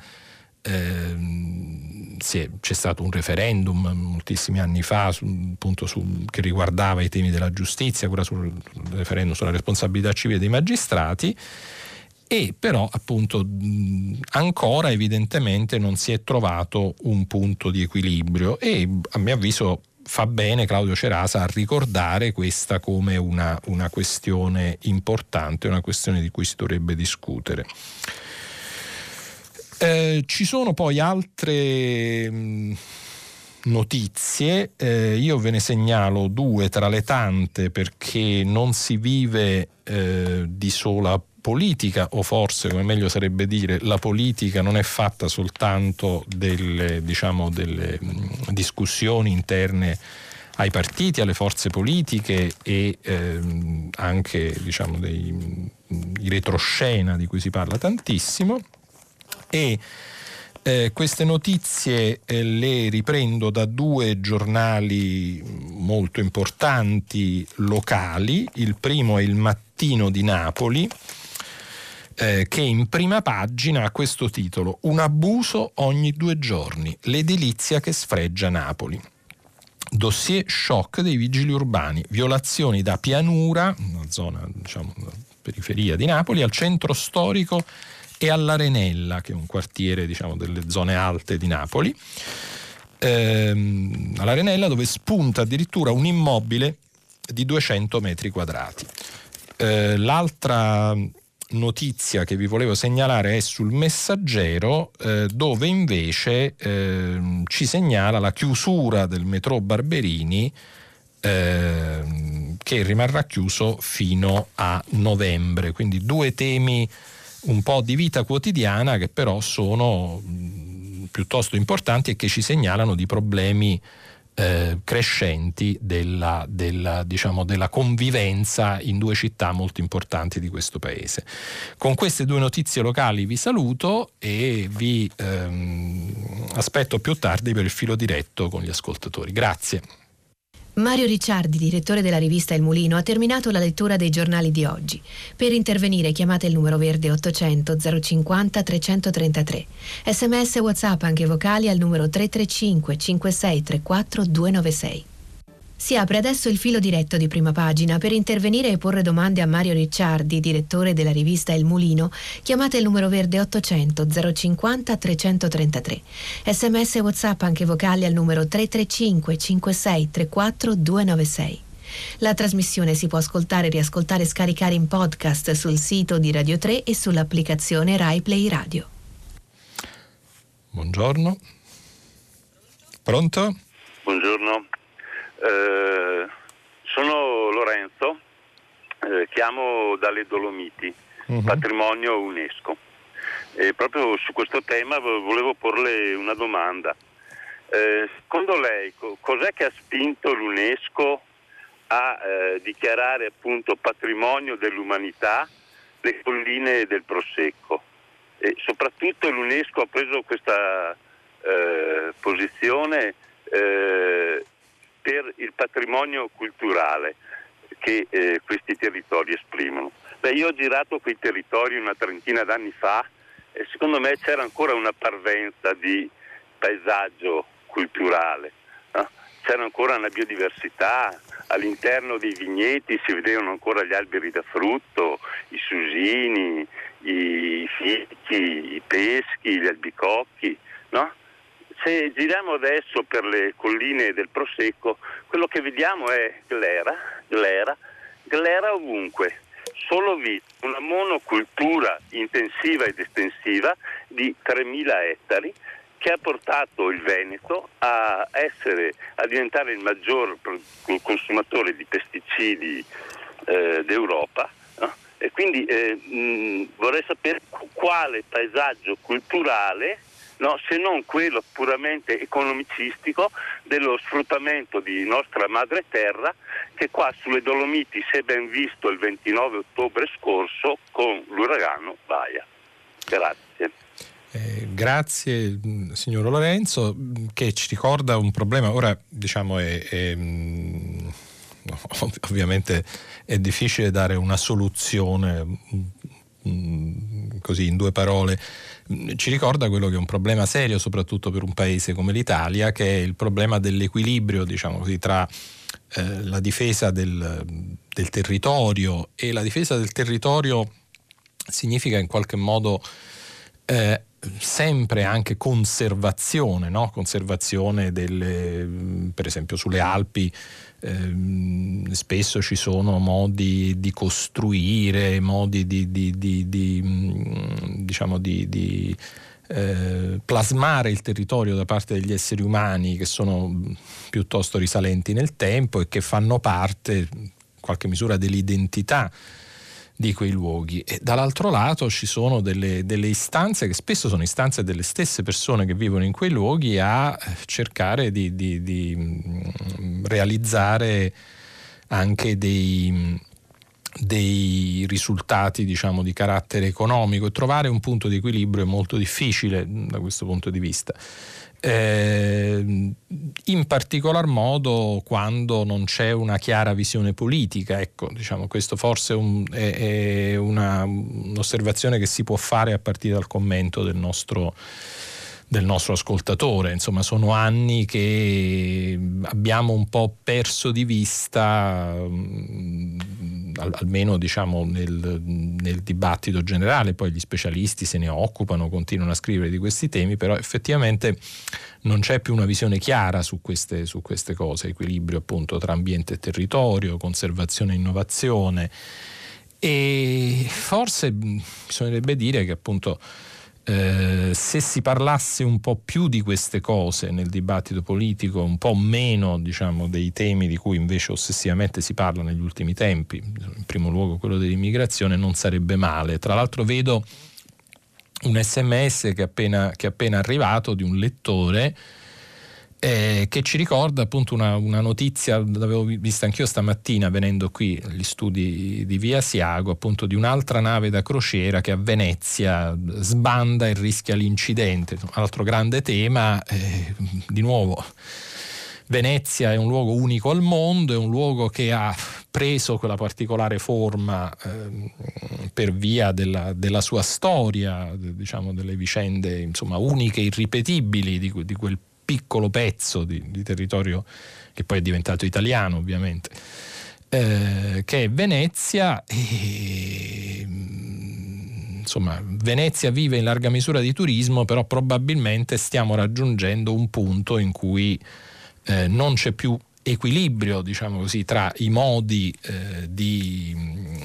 C'è stato un referendum moltissimi anni fa che riguardava i temi della giustizia, quello sul referendum sulla responsabilità civile dei magistrati, e però appunto ancora evidentemente non si è trovato un punto di equilibrio, e a mio avviso fa bene Claudio Cerasa a ricordare questa come una questione importante, una questione di cui si dovrebbe discutere. Ci sono poi altre notizie, io ve ne segnalo due tra le tante, perché non si vive di sola politica, o forse, come meglio sarebbe dire, la politica non è fatta soltanto delle discussioni interne ai partiti, alle forze politiche e anche, diciamo, i retroscena di cui si parla tantissimo. E queste notizie le riprendo da due giornali molto importanti locali. Il primo è il Mattino di Napoli, che in prima pagina ha questo titolo: un abuso ogni 2 giorni, l'edilizia che sfregia Napoli. Dossier shock dei vigili urbani, violazioni da Pianura, una zona, diciamo, periferia di Napoli, al centro storico e all'Arenella, che è un quartiere, diciamo, delle zone alte di Napoli, all'Arenella, dove spunta addirittura un immobile di 200 metri quadrati. L'altra notizia che vi volevo segnalare è sul Messaggero, dove invece ci segnala la chiusura del metro Barberini, che rimarrà chiuso fino a novembre. Quindi due temi un po' di vita quotidiana che però sono piuttosto importanti e che ci segnalano di problemi crescenti della convivenza in due città molto importanti di questo paese. Con queste due notizie locali vi saluto e vi aspetto più tardi per il filo diretto con gli ascoltatori. Grazie. Mario Ricciardi, direttore della rivista Il Mulino, ha terminato la lettura dei giornali di oggi. Per intervenire chiamate il numero verde 800 050 333. SMS e WhatsApp anche vocali al numero 335 5634 296. Si apre adesso il filo diretto di Prima Pagina. Per intervenire e porre domande a Mario Ricciardi, direttore della rivista Il Mulino, chiamate il numero verde 800 050 333. SMS e WhatsApp anche vocali al numero 335 5634 296. La trasmissione si può ascoltare, riascoltare e scaricare in podcast sul sito di Radio 3 e sull'applicazione Rai Play Radio. Buongiorno. Pronto? Buongiorno. Sono Lorenzo, chiamo dalle Dolomiti, patrimonio UNESCO. Proprio su questo tema volevo porle una domanda. Secondo lei cos'è che ha spinto l'UNESCO a dichiarare appunto patrimonio dell'umanità le colline del Prosecco? E soprattutto l'UNESCO ha preso questa posizione per il patrimonio culturale che questi territori esprimono. Io ho girato quei territori una trentina d'anni fa e secondo me c'era ancora una parvenza di paesaggio culturale, no? C'era ancora una biodiversità, all'interno dei vigneti si vedevano ancora gli alberi da frutto, i susini, i fichi, i peschi, gli albicocchi, no? Se giriamo adesso per le colline del Prosecco, quello che vediamo è glera ovunque, solo una monocultura intensiva ed estensiva di 3.000 ettari che ha portato il Veneto a diventare il maggior consumatore di pesticidi d'Europa, no? E quindi vorrei sapere quale paesaggio culturale, no, se non quello puramente economicistico dello sfruttamento di nostra madre terra, che qua sulle Dolomiti si è ben visto il 29 ottobre scorso con l'uragano Baia. Grazie. Grazie signor Lorenzo, che ci ricorda un problema. Ora diciamo ovviamente è difficile dare una soluzione così in due parole. Ci ricorda quello che è un problema serio soprattutto per un paese come l'Italia, che è il problema dell'equilibrio, diciamo così, tra la difesa del territorio, e la difesa del territorio significa in qualche modo sempre anche conservazione, no? Conservazione per esempio sulle Alpi. Spesso ci sono modi di costruire, modi di plasmare il territorio da parte degli esseri umani che sono piuttosto risalenti nel tempo e che fanno parte in qualche misura dell'identità di quei luoghi. E dall'altro lato ci sono delle istanze che spesso sono istanze delle stesse persone che vivono in quei luoghi a cercare di realizzare anche dei risultati, diciamo, di carattere economico, e trovare un punto di equilibrio è molto difficile da questo punto di vista. In particolar modo quando non c'è una chiara visione politica. Ecco, diciamo, questo forse è un'osservazione che si può fare a partire dal commento del nostro ascoltatore. Insomma, sono anni che abbiamo un po' perso di vista, almeno diciamo nel dibattito generale. Poi gli specialisti se ne occupano, continuano a scrivere di questi temi, però effettivamente non c'è più una visione chiara su queste cose, equilibrio appunto tra ambiente e territorio, conservazione e innovazione. E forse bisognerebbe dire che appunto se si parlasse un po' più di queste cose nel dibattito politico, un po' meno, diciamo, dei temi di cui invece ossessivamente si parla negli ultimi tempi, in primo luogo quello dell'immigrazione, non sarebbe male. Tra l'altro vedo un SMS che è appena arrivato di un lettore che ci ricorda appunto una notizia, l'avevo vista anch'io stamattina venendo qui agli studi di Via Asiago, appunto di un'altra nave da crociera che a Venezia sbanda e rischia l'incidente. Un altro grande tema, di nuovo Venezia è un luogo unico al mondo, è un luogo che ha preso quella particolare forma per via della sua storia, diciamo delle vicende insomma uniche, irripetibili di quel piccolo pezzo di territorio che poi è diventato italiano ovviamente, che è Venezia. E insomma Venezia vive in larga misura di turismo, però probabilmente stiamo raggiungendo un punto in cui non c'è più equilibrio, diciamo così, tra i modi di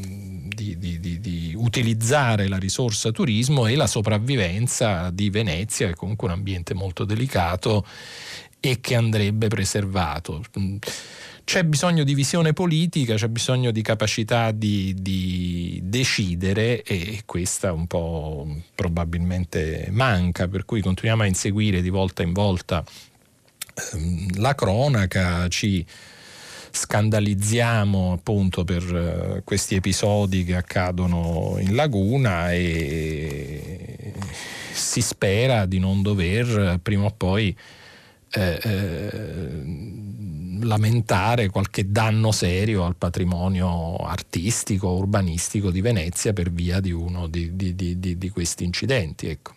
utilizzare la risorsa turismo e la sopravvivenza di Venezia, che è comunque un ambiente molto delicato e che andrebbe preservato. C'è bisogno di visione politica, c'è bisogno di capacità di decidere, e questa un po' probabilmente manca, per cui continuiamo a inseguire di volta in volta la cronaca, ci scandalizziamo appunto per questi episodi che accadono in laguna e si spera di non dover prima o poi lamentare qualche danno serio al patrimonio artistico, urbanistico di Venezia per via di uno di questi incidenti, ecco.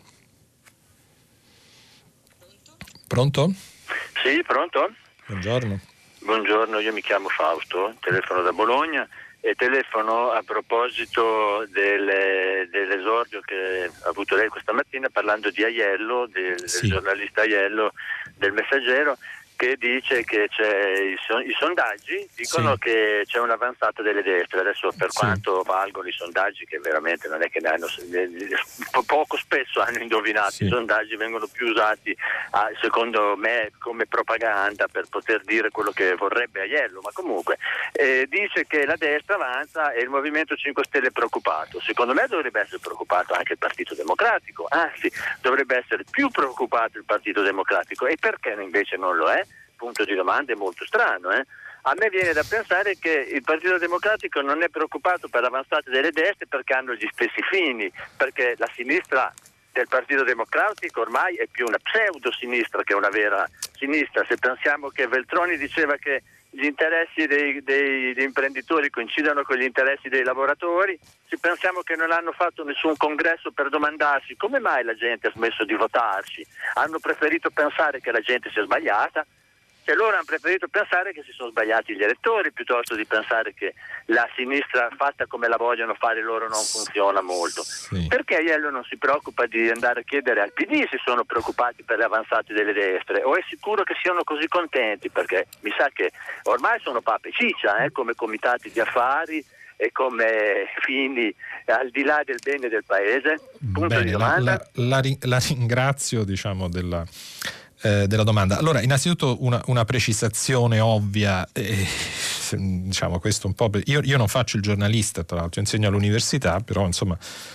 Pronto? Sì, pronto? Buongiorno. Buongiorno, io mi chiamo Fausto, telefono da Bologna e telefono a proposito dell'esordio che ha avuto lei questa mattina parlando di Aiello, del giornalista Aiello del Messaggero, che dice che i sondaggi dicono che c'è un'avanzata delle destre. Adesso per quanto valgono i sondaggi, che veramente non è che ne hanno, poco spesso hanno indovinato, i sondaggi vengono più usati secondo me come propaganda per poter dire quello che vorrebbe Aiello, ma comunque dice che la destra avanza e il Movimento 5 Stelle è preoccupato. Secondo me dovrebbe essere preoccupato anche il Partito Democratico, anzi dovrebbe essere più preoccupato il Partito Democratico, e perché invece non lo è? Punto di domanda è molto strano. A me viene da pensare che il Partito Democratico non è preoccupato per l'avanzata delle destre perché hanno gli stessi fini, perché la sinistra del Partito Democratico ormai è più una pseudo-sinistra che una vera sinistra. Se pensiamo che Veltroni diceva che gli interessi degli imprenditori coincidono con gli interessi dei lavoratori, se pensiamo che non hanno fatto nessun congresso per domandarsi come mai la gente ha smesso di votarci, hanno preferito pensare che la gente sia sbagliata. Cioè loro hanno preferito pensare che si sono sbagliati gli elettori piuttosto di pensare che la sinistra fatta come la vogliono fare loro non funziona molto. Perché Aiello non si preoccupa di andare a chiedere al PD se sono preoccupati per le avanzate delle destre, o è sicuro che siano così contenti? Perché mi sa che ormai sono pape ciccia come comitati di affari e come fini al di là del bene del paese. Punto di domanda. La ringrazio, diciamo, della domanda. Allora, innanzitutto una precisazione ovvia, diciamo questo un po'. Io non faccio il giornalista, tra l'altro insegno all'università, però insomma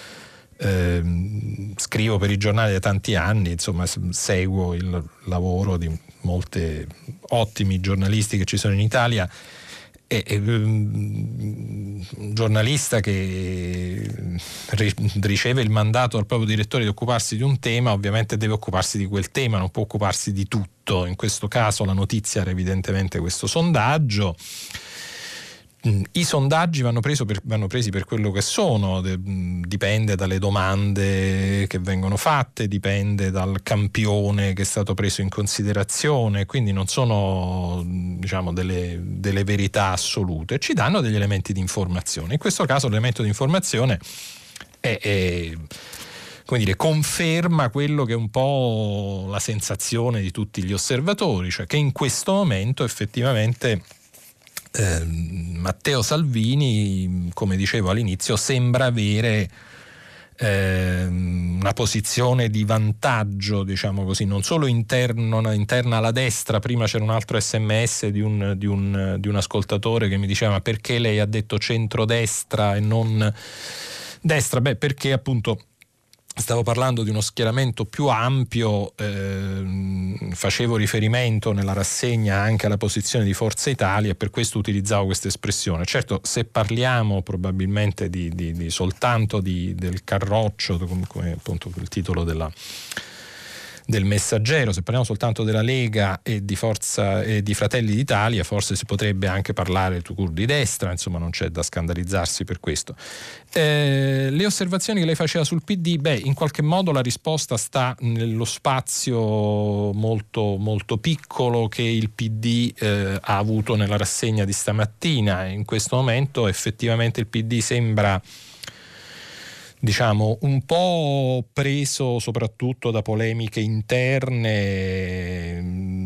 scrivo per i giornali da tanti anni, insomma seguo il lavoro di molti ottimi giornalisti che ci sono in Italia. Un giornalista che riceve il mandato dal proprio direttore di occuparsi di un tema, ovviamente deve occuparsi di quel tema, non può occuparsi di tutto. In questo caso la notizia era evidentemente questo sondaggio. I sondaggi vanno presi per quello che sono, dipende dalle domande che vengono fatte, dipende dal campione che è stato preso in considerazione, quindi non sono, diciamo, delle verità assolute, ci danno degli elementi di informazione. In questo caso l'elemento di informazione è come dire, conferma quello che è un po' la sensazione di tutti gli osservatori, cioè che in questo momento effettivamente Matteo Salvini, come dicevo all'inizio, sembra avere una posizione di vantaggio, diciamo così, non solo interna alla destra. Prima c'era un altro SMS di un ascoltatore che mi diceva: ma perché lei ha detto centrodestra e non destra? Beh, perché appunto stavo parlando di uno schieramento più ampio, facevo riferimento nella rassegna anche alla posizione di Forza Italia e per questo utilizzavo questa espressione. Certo, se parliamo probabilmente di soltanto del Carroccio, come appunto il titolo del Messaggero, se parliamo soltanto della Lega e di Forza e di Fratelli d'Italia, forse si potrebbe anche parlare tout court di destra, insomma non c'è da scandalizzarsi per questo. Le osservazioni che lei faceva sul PD, in qualche modo la risposta sta nello spazio molto, molto piccolo che il PD ha avuto nella rassegna di stamattina. In questo momento effettivamente il PD sembra, diciamo, un po' preso soprattutto da polemiche interne,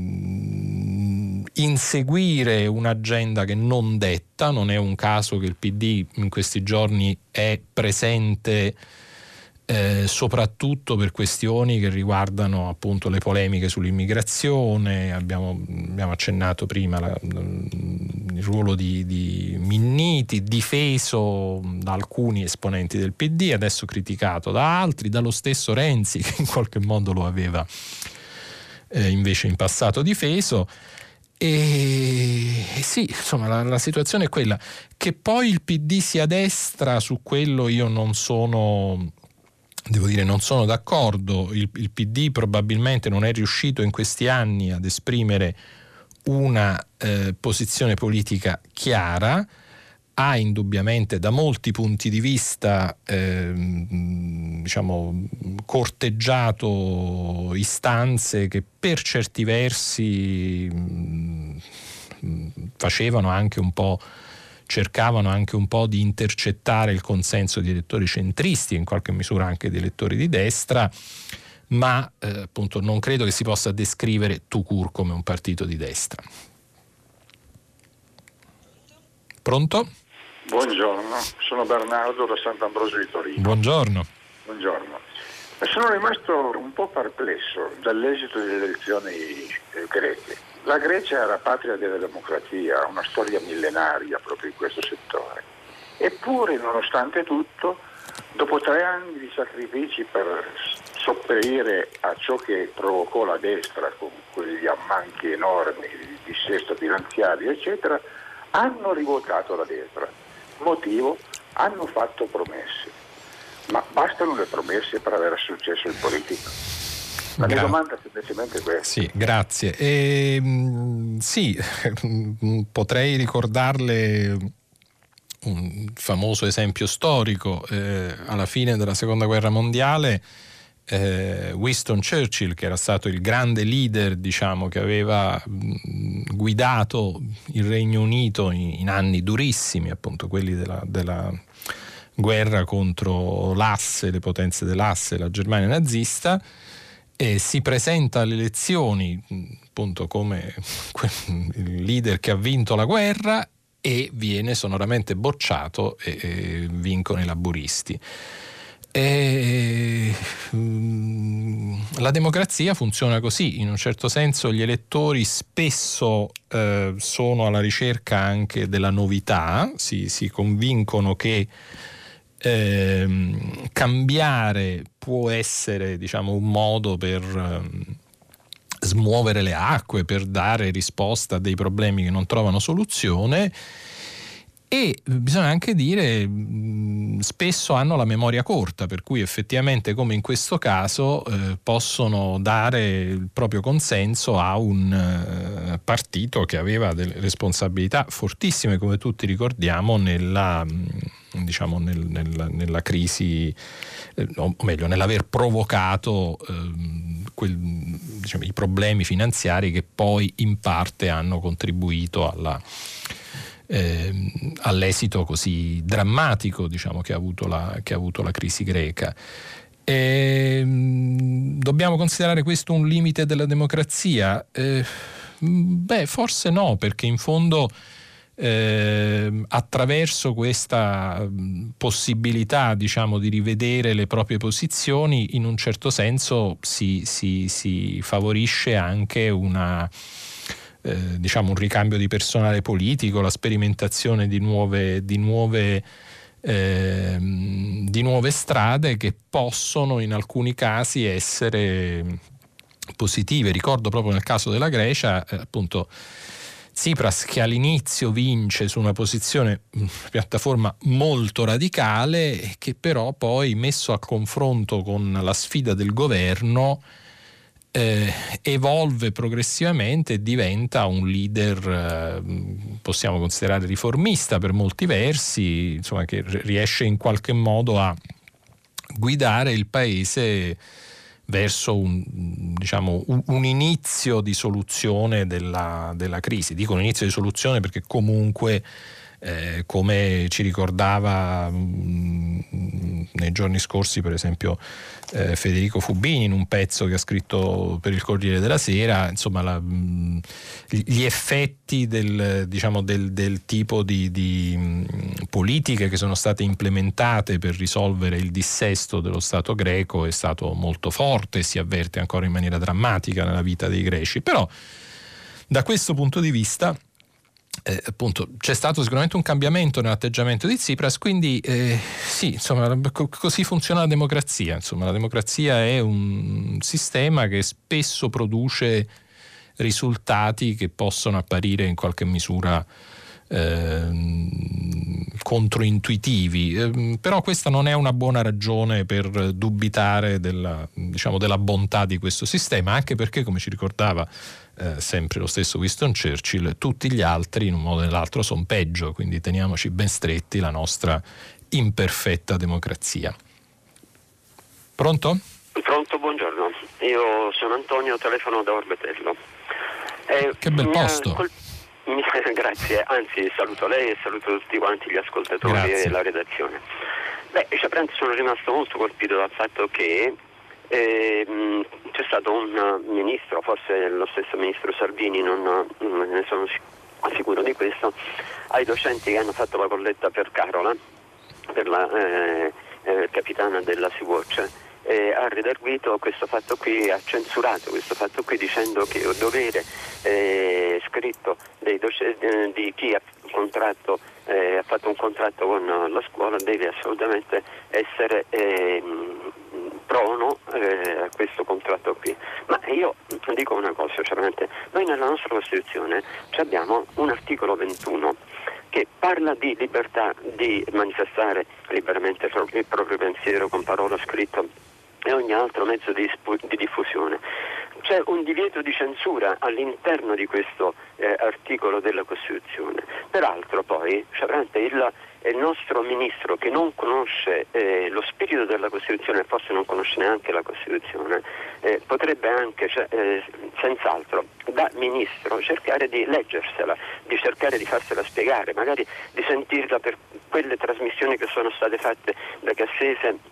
inseguire un'agenda che non detta. Non è un caso che il PD in questi giorni è presente soprattutto per questioni che riguardano appunto le polemiche sull'immigrazione. Abbiamo accennato prima il ruolo di Minniti, difeso da alcuni esponenti del PD, adesso criticato da altri, dallo stesso Renzi che in qualche modo lo aveva invece in passato difeso. E sì, insomma la situazione è quella. Che poi il PD sia destra, su quello io non sono d'accordo. Il PD probabilmente non è riuscito in questi anni ad esprimere una posizione politica chiara, ha indubbiamente da molti punti di vista corteggiato istanze che per certi versi cercavano anche un po' di intercettare il consenso di elettori centristi e in qualche misura anche di elettori di destra, ma appunto non credo che si possa descrivere tout court come un partito di destra. Pronto? Buongiorno, sono Bernardo da Sant'Ambrosio di Torino. Buongiorno. Buongiorno. Sono rimasto un po' perplesso dall'esito delle elezioni greche. La Grecia era patria della democrazia, una storia millenaria proprio in questo settore. Eppure, nonostante tutto, dopo 3 anni di sacrifici per sopperire a ciò che provocò la destra con quegli ammanchi enormi di dissesto finanziario, eccetera, hanno rivotato la destra. Motivo? Hanno fatto promesse. Ma bastano le promesse per avere successo in politica? La mia domanda è semplicemente questa. Sì, grazie. Sì, potrei ricordarle un famoso esempio storico. Alla fine della Seconda Guerra Mondiale, Winston Churchill, che era stato il grande leader, diciamo, che aveva guidato il Regno Unito in anni durissimi, appunto quelli della guerra contro l'Asse, le potenze dell'Asse, la Germania nazista, e si presenta alle elezioni appunto come il leader che ha vinto la guerra e viene sonoramente bocciato e vincono i laburisti. La democrazia funziona così, in un certo senso gli elettori spesso sono alla ricerca anche della novità, si convincono che cambiare può essere, diciamo, un modo per smuovere le acque, per dare risposta a dei problemi che non trovano soluzione. E bisogna anche dire, spesso hanno la memoria corta, per cui effettivamente, come in questo caso, possono dare il proprio consenso a un partito che aveva delle responsabilità fortissime, come tutti ricordiamo, nella crisi, o meglio, nell'aver provocato i problemi finanziari che poi in parte hanno contribuito all'esito così drammatico, diciamo, che ha avuto la crisi greca. Dobbiamo considerare questo un limite della democrazia? Forse no, perché in fondo attraverso questa possibilità, diciamo, di rivedere le proprie posizioni, in un certo senso si favorisce anche un ricambio di personale politico, la sperimentazione di nuove di nuove strade che possono in alcuni casi essere positive. Ricordo proprio nel caso della Grecia, appunto Tsipras, che all'inizio vince su una posizione, piattaforma molto radicale, e che però poi, messo a confronto con la sfida del governo, evolve progressivamente e diventa un leader, possiamo considerare riformista per molti versi, insomma, che riesce in qualche modo a guidare il paese verso un inizio di soluzione della crisi. Dico un inizio di soluzione perché comunque, come ci ricordava nei giorni scorsi per esempio Federico Fubini in un pezzo che ha scritto per il Corriere della Sera, insomma gli effetti del tipo di politiche che sono state implementate per risolvere il dissesto dello Stato greco è stato molto forte e si avverte ancora in maniera drammatica nella vita dei greci. Però da questo punto di vista appunto c'è stato sicuramente un cambiamento nell'atteggiamento di Tsipras, quindi sì, insomma, così funziona la democrazia. Insomma, la democrazia è un sistema che spesso produce risultati che possono apparire in qualche misura controintuitivi, però questa non è una buona ragione per dubitare della bontà di questo sistema, anche perché, come ci ricordava sempre lo stesso Winston Churchill, tutti gli altri in un modo o nell'altro sono peggio, quindi teniamoci ben stretti la nostra imperfetta democrazia. Pronto? Pronto, buongiorno. Io sono Antonio, telefono da Orbetello. Che bel posto. Grazie, anzi saluto lei e saluto tutti quanti gli ascoltatori. Grazie. E la redazione. Sono rimasto molto colpito dal fatto che c'è stato un ministro, forse lo stesso ministro Salvini, non ne sono sicuro di questo, ai docenti che hanno fatto la colletta per Carola, per la capitana della Sea-Watch, ha redarguito questo fatto qui, ha censurato questo fatto qui dicendo che è un dovere scritto di chi ha fatto un contratto con la scuola, deve assolutamente essere prono a questo contratto qui. Ma io dico una cosa, sinceramente, noi nella nostra Costituzione abbiamo un articolo 21 che parla di libertà di manifestare liberamente il proprio pensiero con parola, scritto e ogni altro mezzo di diffusione. C'è un divieto di censura all'interno di questo articolo della Costituzione. Peraltro poi il nostro ministro, che non conosce lo spirito della Costituzione, forse non conosce neanche la Costituzione, potrebbe anche senz'altro da ministro cercare di leggersela, di cercare di farsela spiegare, magari di sentirla per quelle trasmissioni che sono state fatte da Cassese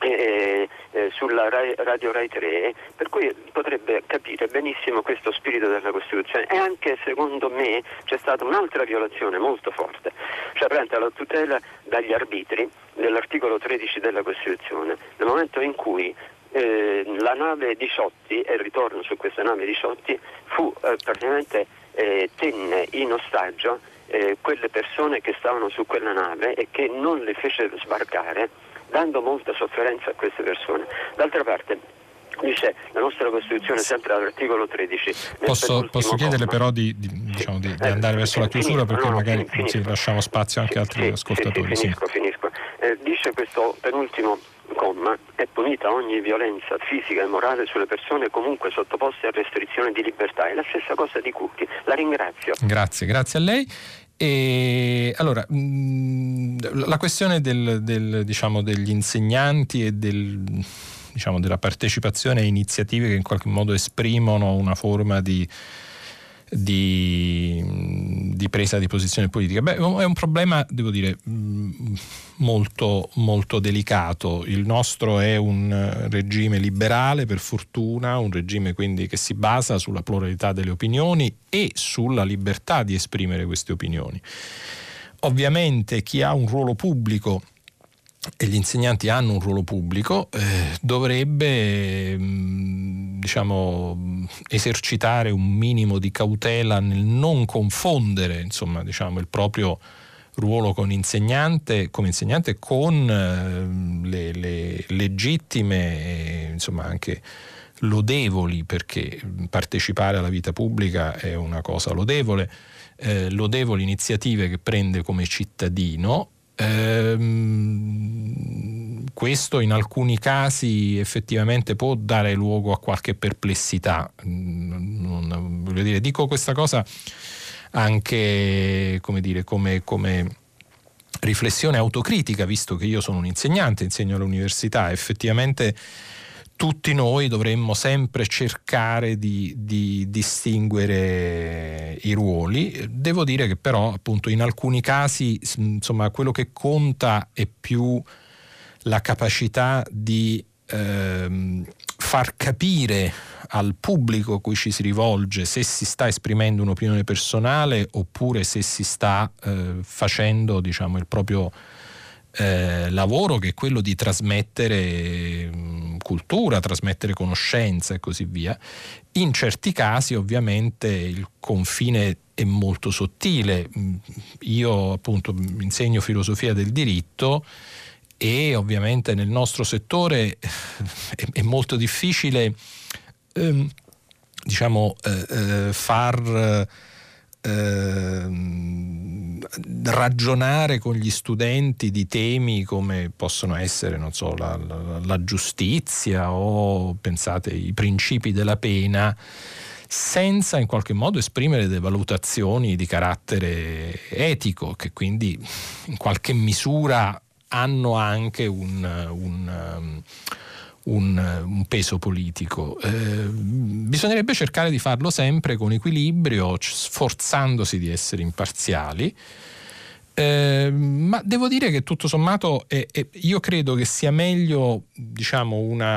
sulla Radio Rai 3, per cui potrebbe capire benissimo questo spirito della Costituzione. E anche secondo me c'è stata un'altra violazione molto forte, la tutela dagli arbitri dell'articolo 13 della Costituzione, nel momento in cui la nave Diciotti e il ritorno su questa nave Diciotti fu praticamente tenne in ostaggio quelle persone che stavano su quella nave e che non le fece sbarcare, dando molta sofferenza a queste persone. D'altra parte dice la nostra Costituzione, sempre all'articolo 13. Posso chiederle però di andare verso la chiusura, perché magari lasciamo spazio anche a altri ascoltatori. Finisco. Dice questo penultimo comma: è punita ogni violenza fisica e morale sulle persone comunque sottoposte a restrizione di libertà. È la stessa cosa di Cucchi. La ringrazio. Grazie a lei. E allora la questione degli insegnanti e della partecipazione a iniziative che in qualche modo esprimono una forma di presa di posizione politica, è un problema, devo dire, molto, molto delicato. Il nostro è un regime liberale, per fortuna, un regime quindi che si basa sulla pluralità delle opinioni e sulla libertà di esprimere queste opinioni. Ovviamente chi ha un ruolo pubblico, e gli insegnanti hanno un ruolo pubblico, dovrebbe esercitare un minimo di cautela nel non confondere il proprio ruolo come insegnante con le legittime, insomma anche lodevoli, perché partecipare alla vita pubblica è una cosa lodevole, lodevoli iniziative che prende come cittadino. Questo in alcuni casi effettivamente può dare luogo a qualche perplessità. Voglio dire, dico questa cosa anche come riflessione autocritica, visto che io sono un insegnante, insegno all'università. Effettivamente tutti noi dovremmo sempre cercare di distinguere i ruoli. Devo dire che però appunto in alcuni casi, insomma, quello che conta è più la capacità di far capire al pubblico a cui ci si rivolge se si sta esprimendo un'opinione personale oppure se si sta facendo, diciamo, il proprio lavoro, che è quello di trasmettere cultura, trasmettere conoscenza e così via. In certi casi ovviamente il confine è molto sottile. Io appunto insegno filosofia del diritto e ovviamente nel nostro settore è molto difficile far ragionare con gli studenti di temi come possono essere, non so, la giustizia o, pensate, i principi della pena, senza in qualche modo esprimere delle valutazioni di carattere etico, che quindi in qualche misura hanno anche un peso politico. Bisognerebbe cercare di farlo sempre con equilibrio, sforzandosi di essere imparziali, ma devo dire che tutto sommato io credo che sia meglio, diciamo,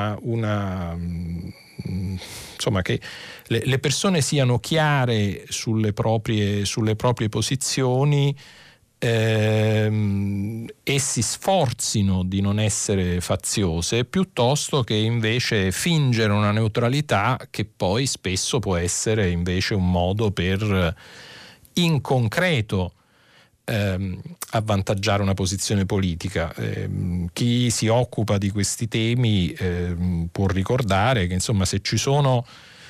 insomma, che le persone siano chiare sulle proprie posizioni e si sforzino di non essere faziose, piuttosto che invece fingere una neutralità che poi spesso può essere invece un modo per in concreto avvantaggiare una posizione politica. Chi si occupa di questi temi può ricordare che, insomma, se ci sono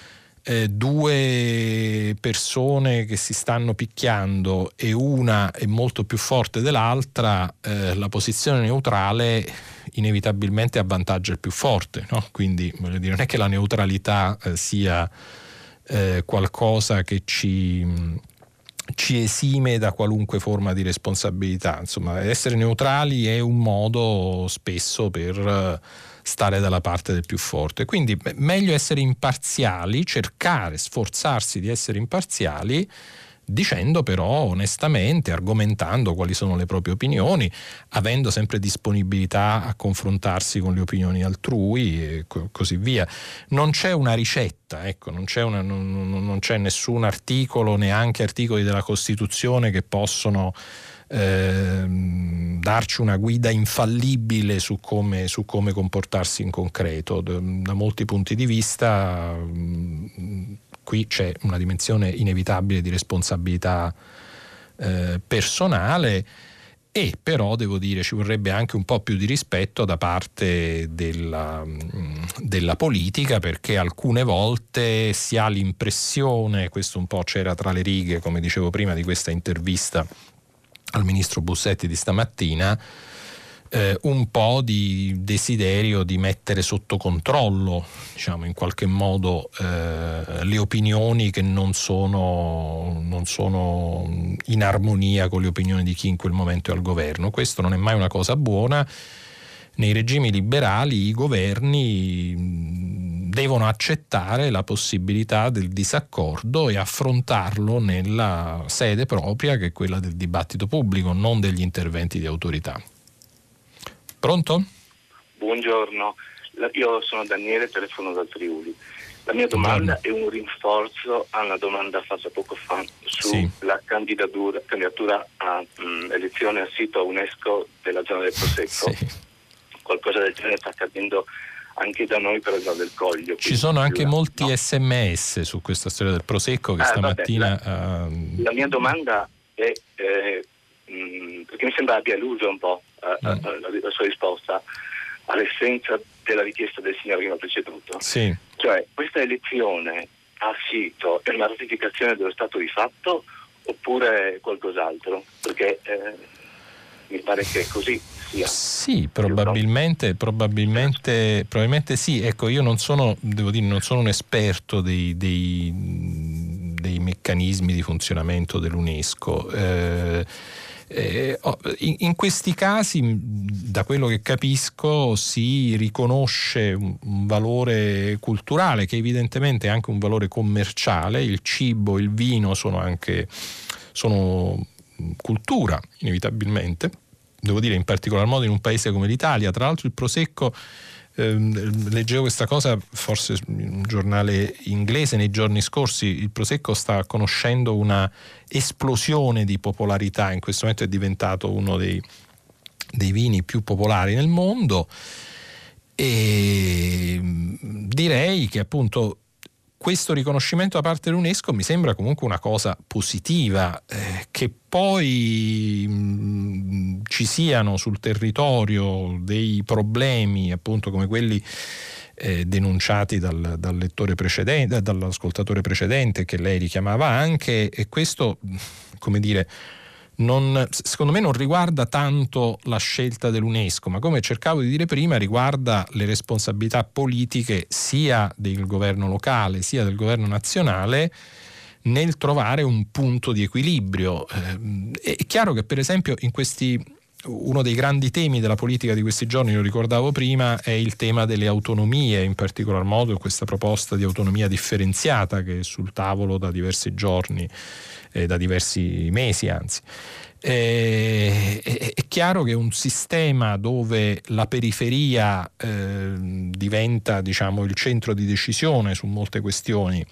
due persone che si stanno picchiando e una è molto più forte dell'altra, la posizione neutrale inevitabilmente avvantaggia il più forte, no? Quindi, voglio dire, non è che la neutralità sia qualcosa che ci esime da qualunque forma di responsabilità. Insomma, essere neutrali è un modo spesso per stare dalla parte del più forte. Quindi meglio essere imparziali, sforzarsi di essere imparziali, dicendo però onestamente, argomentando quali sono le proprie opinioni, avendo sempre disponibilità a confrontarsi con le opinioni altrui e così via. Non c'è una ricetta, ecco, non c'è nessun articolo, neanche articoli della Costituzione che possono darci una guida infallibile su come comportarsi in concreto. Da molti punti di vista qui c'è una dimensione inevitabile di responsabilità personale, e però devo dire ci vorrebbe anche un po' più di rispetto da parte della politica, perché alcune volte si ha l'impressione, questo un po' c'era tra le righe, come dicevo prima, di questa intervista al ministro Bussetti di stamattina, un po' di desiderio di mettere sotto controllo, diciamo, in qualche modo le opinioni che non sono in armonia con le opinioni di chi in quel momento è al governo. Questo non è mai una cosa buona. Nei regimi liberali i governi devono accettare la possibilità del disaccordo e affrontarlo nella sede propria, che è quella del dibattito pubblico, non degli interventi di autorità. Pronto? Buongiorno, io sono Daniele, telefono dal Friuli. La mia domanda è un rinforzo alla domanda fatta poco fa sulla candidatura a elezione al sito UNESCO della zona del Prosecco. Sì. Qualcosa del genere sta accadendo anche da noi per la zona del Coglio. Ci sono anche molti SMS su questa storia del Prosecco che stamattina... La mia domanda è perché mi sembra abbia illuso un po' la sua risposta all'essenza della richiesta del signore che mi ha preceduto. Sì. Cioè, questa elezione a sito è una ratificazione dello stato di fatto oppure qualcos'altro? Perché mi pare che così sia. Sì, probabilmente sì. Ecco, io non sono un esperto dei meccanismi di funzionamento dell'UNESCO. In questi casi, da quello che capisco, si riconosce un valore culturale che evidentemente è anche un valore commerciale. Il cibo, il vino sono cultura, inevitabilmente. Devo dire, in particolar modo in un paese come l'Italia. Tra l'altro il Prosecco, leggevo questa cosa forse in un giornale inglese nei giorni scorsi, il Prosecco sta conoscendo una esplosione di popolarità, in questo momento è diventato uno dei vini più popolari nel mondo, e direi che appunto questo riconoscimento da parte dell'UNESCO mi sembra comunque una cosa positiva. Che poi ci siano sul territorio dei problemi appunto come quelli denunciati dal lettore precedente, dall'ascoltatore precedente, che lei richiamava anche, e questo, come dire, secondo me non riguarda tanto la scelta dell'UNESCO, ma come cercavo di dire prima riguarda le responsabilità politiche sia del governo locale sia del governo nazionale nel trovare un punto di equilibrio. È chiaro che per esempio uno dei grandi temi della politica di questi giorni, lo ricordavo prima, è il tema delle autonomie, in particolar modo questa proposta di autonomia differenziata che è sul tavolo da diversi giorni, da diversi mesi anzi. È chiaro che un sistema dove la periferia diventa, diciamo, il centro di decisione su molte questioni,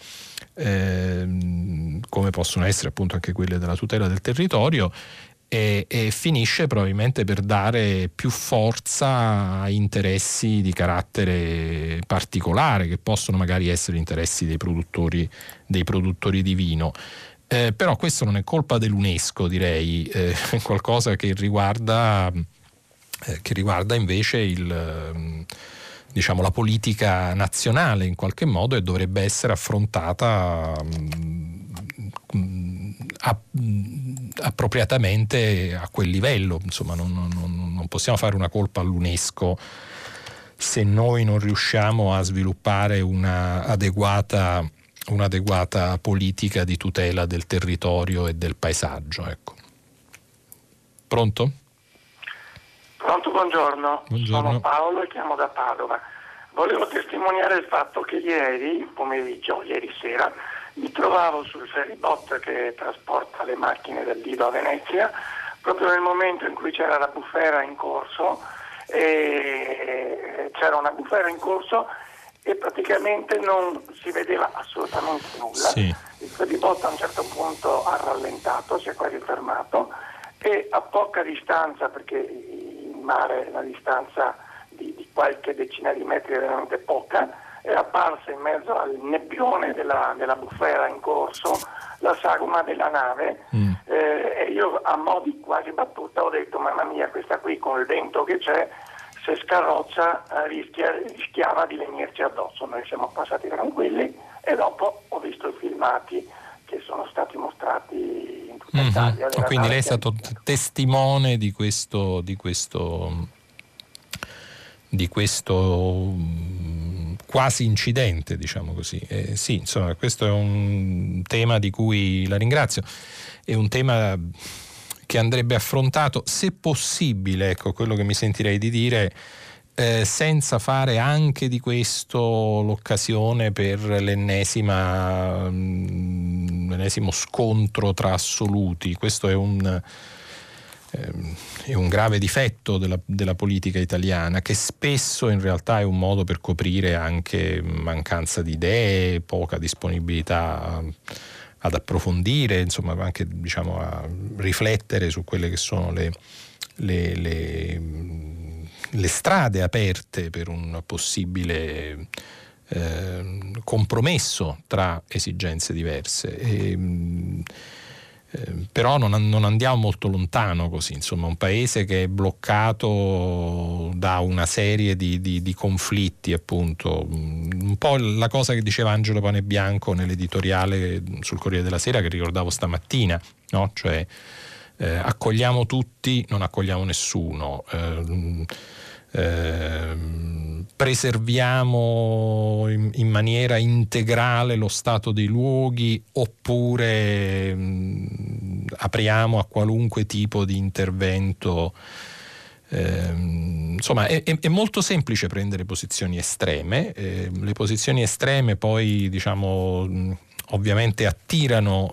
come possono essere appunto anche quelle della tutela del territorio, e finisce probabilmente per dare più forza a interessi di carattere particolare, che possono magari essere interessi dei produttori di vino. Però questo non è colpa dell'UNESCO, direi, è qualcosa che riguarda invece diciamo la politica nazionale in qualche modo, e dovrebbe essere affrontata appropriatamente a quel livello. Insomma, non possiamo fare una colpa all'UNESCO se noi non riusciamo a sviluppare un'adeguata politica di tutela del territorio e del paesaggio. Ecco. Pronto? Pronto, buongiorno. Sono Paolo e chiamo da Padova. Volevo testimoniare il fatto che ieri pomeriggio, ieri sera, mi trovavo sul ferrybot che trasporta le macchine dal Lido a Venezia, proprio nel momento in cui c'era la bufera in corso, e praticamente non si vedeva assolutamente nulla. Sì. Il ferrybot a un certo punto ha rallentato, si è quasi fermato, e a poca distanza, perché in mare la distanza di qualche decina di metri è veramente poca, è apparsa in mezzo al nebbione della bufera in corso la sagoma della nave, e io a mo' di quasi battuta ho detto: mamma mia, questa qui con il vento che c'è, se scarroccia rischiava di venirci addosso. Noi siamo passati tranquilli e dopo ho visto i filmati che sono stati mostrati in tutta Italia. Quindi lei è stato testimone di questo quasi incidente, diciamo così. Sì, insomma, questo è un tema di cui la ringrazio, è un tema che andrebbe affrontato, se possibile, ecco quello che mi sentirei di dire, senza fare anche di questo l'occasione per l'ennesimo scontro tra assoluti. Questo è un grave difetto della politica italiana, che spesso in realtà è un modo per coprire anche mancanza di idee, poca disponibilità ad approfondire, insomma anche, diciamo, a riflettere su quelle che sono le strade aperte per un possibile compromesso tra esigenze diverse. Però non andiamo molto lontano così, insomma, un paese che è bloccato da una serie di conflitti, appunto, un po' la cosa che diceva Angelo Panebianco nell'editoriale sul Corriere della Sera che ricordavo stamattina, no? Cioè accogliamo tutti, non accogliamo nessuno, preserviamo in maniera integrale lo stato dei luoghi oppure apriamo a qualunque tipo di intervento. Insomma è molto semplice prendere posizioni estreme, le posizioni estreme poi diciamo ovviamente attirano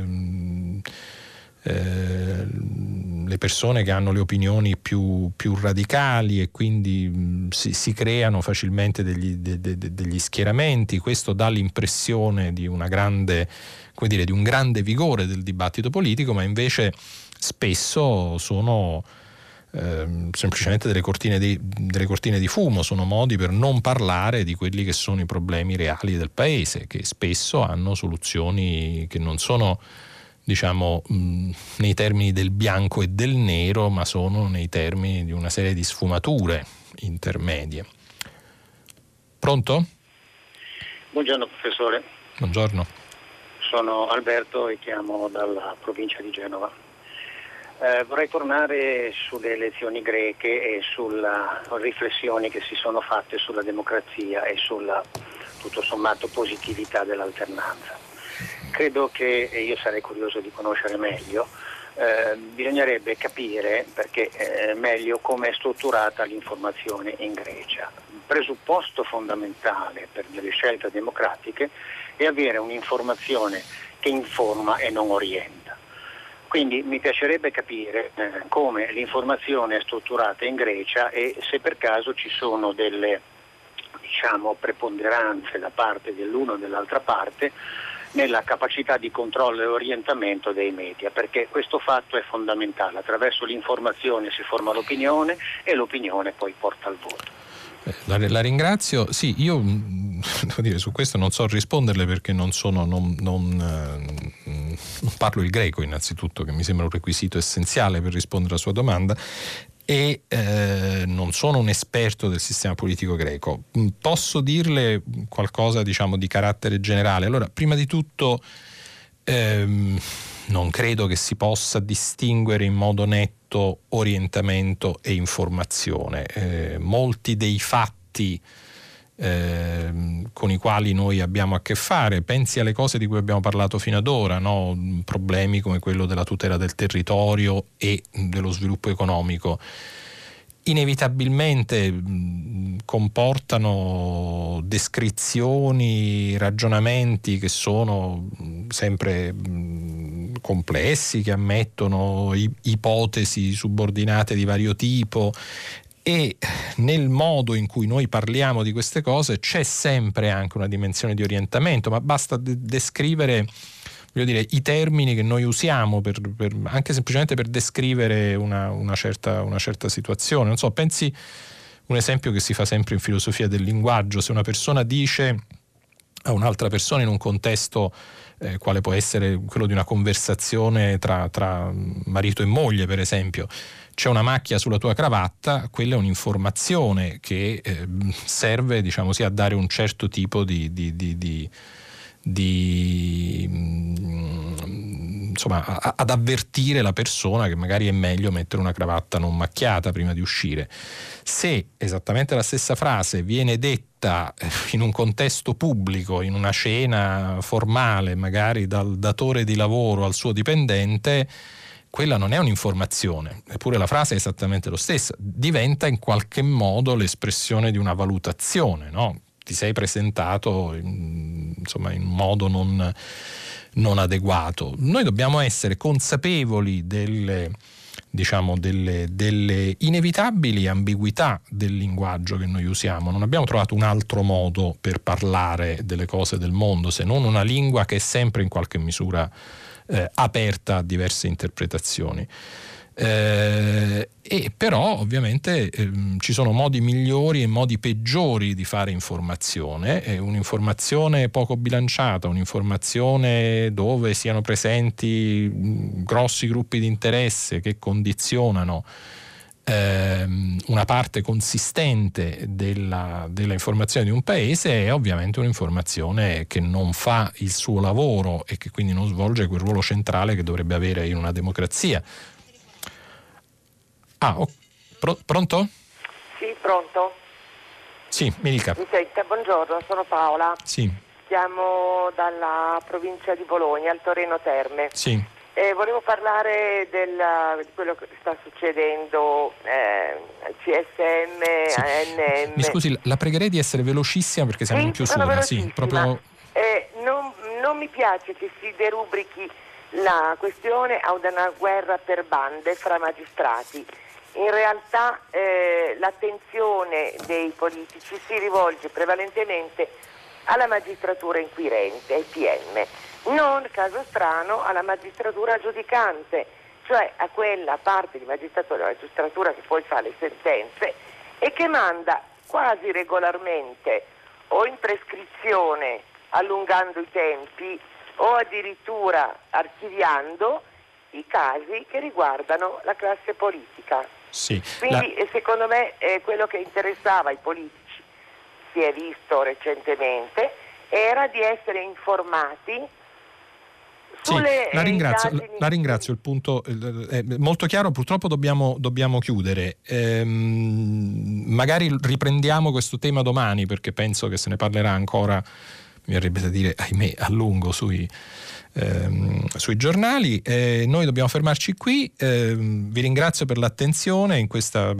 le persone che hanno le opinioni più radicali e quindi si creano facilmente degli schieramenti. Questo dà l'impressione di una grande, come dire, di un grande vigore del dibattito politico, ma invece spesso sono semplicemente delle cortine di fumo, sono modi per non parlare di quelli che sono i problemi reali del paese, che spesso hanno soluzioni che non sono, diciamo, nei termini del bianco e del nero, ma sono nei termini di una serie di sfumature intermedie. Pronto? Buongiorno professore. Buongiorno. Sono Alberto e chiamo dalla provincia di Genova. Vorrei tornare sulle elezioni greche e sulle riflessioni che si sono fatte sulla democrazia e sulla, tutto sommato, positività dell'alternanza. Credo che, e io sarei curioso di conoscere meglio, bisognerebbe capire perché meglio come è strutturata l'informazione in Grecia. Il presupposto fondamentale per delle scelte democratiche è avere un'informazione che informa e non orienta. Quindi mi piacerebbe capire come l'informazione è strutturata in Grecia e se per caso ci sono delle, diciamo, preponderanze da parte dell'uno o dell'altra parte nella capacità di controllo e orientamento dei media, perché questo fatto è fondamentale. Attraverso l'informazione si forma l'opinione e l'opinione poi porta al voto. La ringrazio. Sì, io devo dire, su questo non so risponderle perché non parlo il greco innanzitutto, che mi sembra un requisito essenziale per rispondere alla sua domanda, e non sono un esperto del sistema politico greco. Posso dirle qualcosa, diciamo, di carattere generale. Allora, prima di tutto non credo che si possa distinguere in modo netto orientamento e informazione. Molti dei fatti con i quali noi abbiamo a che fare, pensi alle cose di cui abbiamo parlato fino ad ora, no? Problemi come quello della tutela del territorio e dello sviluppo economico, inevitabilmente comportano descrizioni, ragionamenti che sono sempre complessi, che ammettono ipotesi subordinate di vario tipo, e nel modo in cui noi parliamo di queste cose c'è sempre anche una dimensione di orientamento, ma basta descrivere, voglio dire, i termini che noi usiamo anche semplicemente per descrivere una certa situazione. Non so, pensi, un esempio che si fa sempre in filosofia del linguaggio: se una persona dice a un'altra persona in un contesto quale può essere quello di una conversazione tra marito e moglie, per esempio, c'è una macchia sulla tua cravatta, quella è un'informazione che serve, diciamo, sì, a dare un certo tipo insomma, ad avvertire la persona che magari è meglio mettere una cravatta non macchiata prima di uscire. Se esattamente la stessa frase viene detta in un contesto pubblico, in una cena formale, magari dal datore di lavoro al suo dipendente, quella non è un'informazione, eppure la frase è esattamente lo stesso, diventa in qualche modo l'espressione di una valutazione, no? Ti sei presentato insomma in modo non adeguato. Noi dobbiamo essere consapevoli delle inevitabili ambiguità del linguaggio che noi usiamo. Non abbiamo trovato un altro modo per parlare delle cose del mondo se non una lingua che è sempre in qualche misura aperta a diverse interpretazioni. E però ovviamente ci sono modi migliori e modi peggiori di fare informazione. Un'informazione poco bilanciata, un'informazione dove siano presenti grossi gruppi di interesse che condizionano una parte consistente della informazione di un paese, è ovviamente un'informazione che non fa il suo lavoro e che quindi non svolge quel ruolo centrale che dovrebbe avere in una democrazia. Pronto? Sì, pronto? Sì, mi dica. Mi sente? Buongiorno, sono Paola. Sì. Chiamo dalla provincia di Bologna, al Torino Terme. Sì. Volevo parlare di quello che sta succedendo al CSM, sì. ANM. Mi scusi, la pregherei di essere velocissima perché siamo in chiusura. Sì, proprio... non mi piace che si derubrichi la questione a una guerra per bande fra magistrati. In realtà l'attenzione dei politici si rivolge prevalentemente alla magistratura inquirente, ai PM, non, caso strano, alla magistratura giudicante, cioè a quella parte di magistratura che poi fa le sentenze e che manda quasi regolarmente o in prescrizione, allungando i tempi, o addirittura archiviando i casi che riguardano la classe politica. Sì, quindi secondo me quello che interessava ai politici, si è visto recentemente, era di essere informati sulle la ringrazio, il punto è molto chiaro, purtroppo dobbiamo chiudere. Magari riprendiamo questo tema domani, perché penso che se ne parlerà ancora, mi verrebbe da dire, ahimè, a lungo sui giornali. Noi dobbiamo fermarci qui. Vi ringrazio per l'attenzione in questa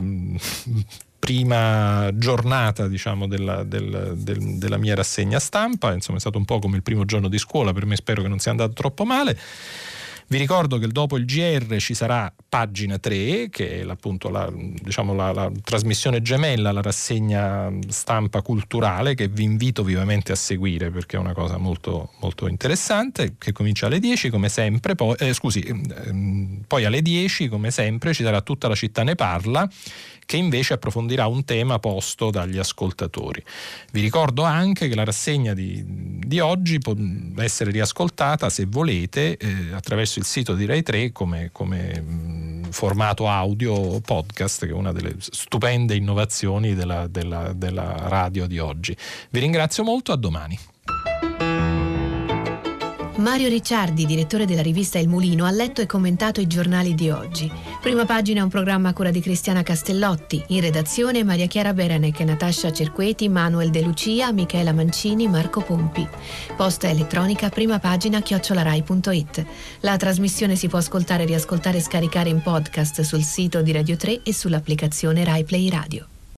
prima giornata, diciamo, della mia rassegna stampa. Insomma, è stato un po' come il primo giorno di scuola per me, spero che non sia andato troppo male. Vi ricordo che dopo il GR ci sarà Pagina 3, che è appunto la trasmissione gemella, la rassegna stampa culturale, che vi invito vivamente a seguire perché è una cosa molto, molto interessante, che comincia alle 10 come sempre, poi alle 10 come sempre ci sarà Tutta la città ne parla, che invece approfondirà un tema posto dagli ascoltatori. Vi ricordo anche che la rassegna di oggi può essere riascoltata, se volete, attraverso il sito di Rai 3 come formato audio podcast, che è una delle stupende innovazioni della radio di oggi. Vi ringrazio molto, a domani. Mario Ricciardi, direttore della rivista Il Mulino, ha letto e commentato i giornali di oggi. Prima Pagina è un programma a cura di Cristiana Castellotti. In redazione Maria Chiara Berenec, Natascia Cerqueti, Manuel De Lucia, Michela Mancini, Marco Pompi. Posta elettronica primapagina@rai.it. La trasmissione si può ascoltare, riascoltare e scaricare in podcast sul sito di Radio 3 e sull'applicazione Rai Play Radio.